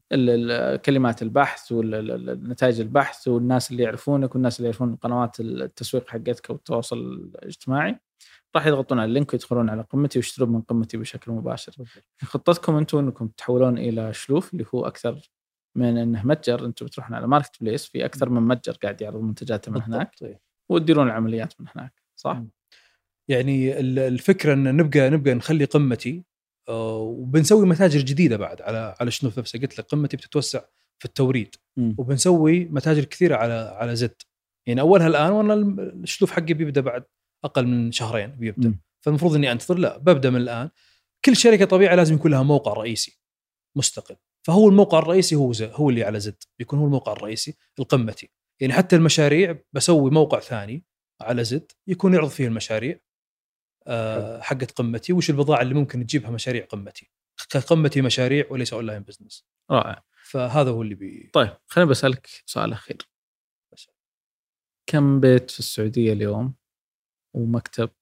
كلمات البحث والنتائج البحث والناس اللي يعرفونك والناس اللي يعرفون قنوات التسويق حقتك والتواصل الاجتماعي راح يضغطون على اللينك ويدخلون على قمتي ويشترون من قمتي بشكل مباشر. خطتكم انتم انكم تحولون الى شلوف اللي هو اكثر من انه متجر، انتم بتروحون على ماركت بليس في اكثر من متجر قاعد يعرض منتجاته من هناك وتديرون العمليات من هناك، صح؟ يعني الفكره ان نبقى نبقى نخلي قمتي وبنسوي متاجر جديده بعد على على شلوف نفسه. قلت لك قمتي بتتوسع في التوريد م. وبنسوي متاجر كثيره على على زد. يعني اولها الان، وانا الشلوف حقي بيبدا بعد اقل من شهرين بيبدا. م. فالمفروض اني انتظر؟ لا، ببدا من الان. كل شركه طبيعي لازم يكون لها موقع رئيسي مستقل، فهو الموقع الرئيسي هو هو اللي على زد بيكون هو الموقع الرئيسي القمتي. يعني حتى المشاريع بسوي موقع ثاني على زد يكون يعرض فيه المشاريع أه حقت قمتي، وش البضاعه اللي ممكن تجيبها مشاريع قمتي. قمتي مشاريع وليس اونلاين بزنس. رائع. فهذا هو اللي بي طيب خليني بسالك سؤال اخير. كم بيت في السعوديه اليوم ومكتب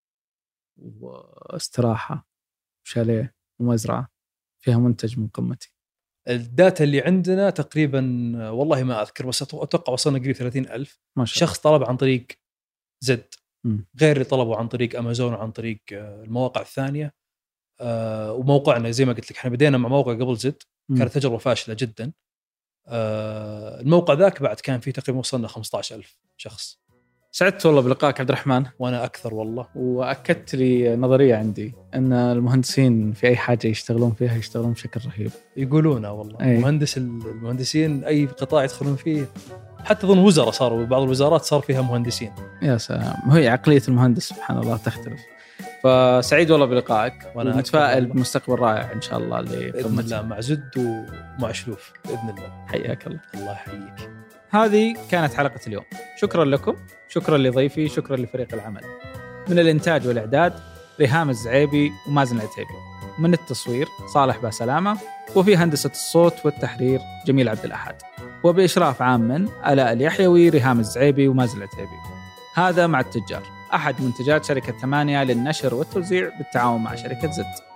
واستراحة وشاليه ومزرعة فيها منتج من قمتي؟ الداتا اللي عندنا تقريبا والله ما أذكر، بس أتوقع وصلنا قريب ثلاثين ألف شخص طلب عن طريق زد، م. غير اللي طلبوا عن طريق أمازون وعن طريق المواقع الثانية. آه وموقعنا زي ما قلت لك احنا بدينا مع موقع قبل زد، كانت تجربة فاشلة جدا. آه الموقع ذاك بعد كان فيه تقريبا وصلنا خمسة عشر ألف شخص. سعدت والله بلقائك عبد الرحمن. وانا اكثر والله. واكدت لي نظريه عندي ان المهندسين في اي حاجه يشتغلون فيها يشتغلون بشكل رهيب. يقولونه والله أي. مهندس المهندسين اي قطاع يدخلون فيه، حتى ظن وزراء صاروا بعض الوزارات صار فيها مهندسين. يا سلام، هي عقليه المهندس سبحان الله تختلف. فسعيد والله بلقائك، ونتفائل بمستقبل رائع ان شاء الله باذن الله مع زد ومع شلوف باذن الله. حياك الله. الله يحييك. هذه كانت حلقة اليوم. شكرا لكم، شكرا لضيفي، شكرا لفريق العمل. من الإنتاج والإعداد ريهام الزعيبي ومازن العتيبي، من التصوير صالح باسلامة، وفي هندسة الصوت والتحرير جميل عبد الأحد، وبإشراف عام من آلاء اليحيوي، ريهام الزعيبي ومازن العتيبي. هذا مع التجار، أحد منتجات شركة ثمانية للنشر والتوزيع بالتعاون مع شركة زد.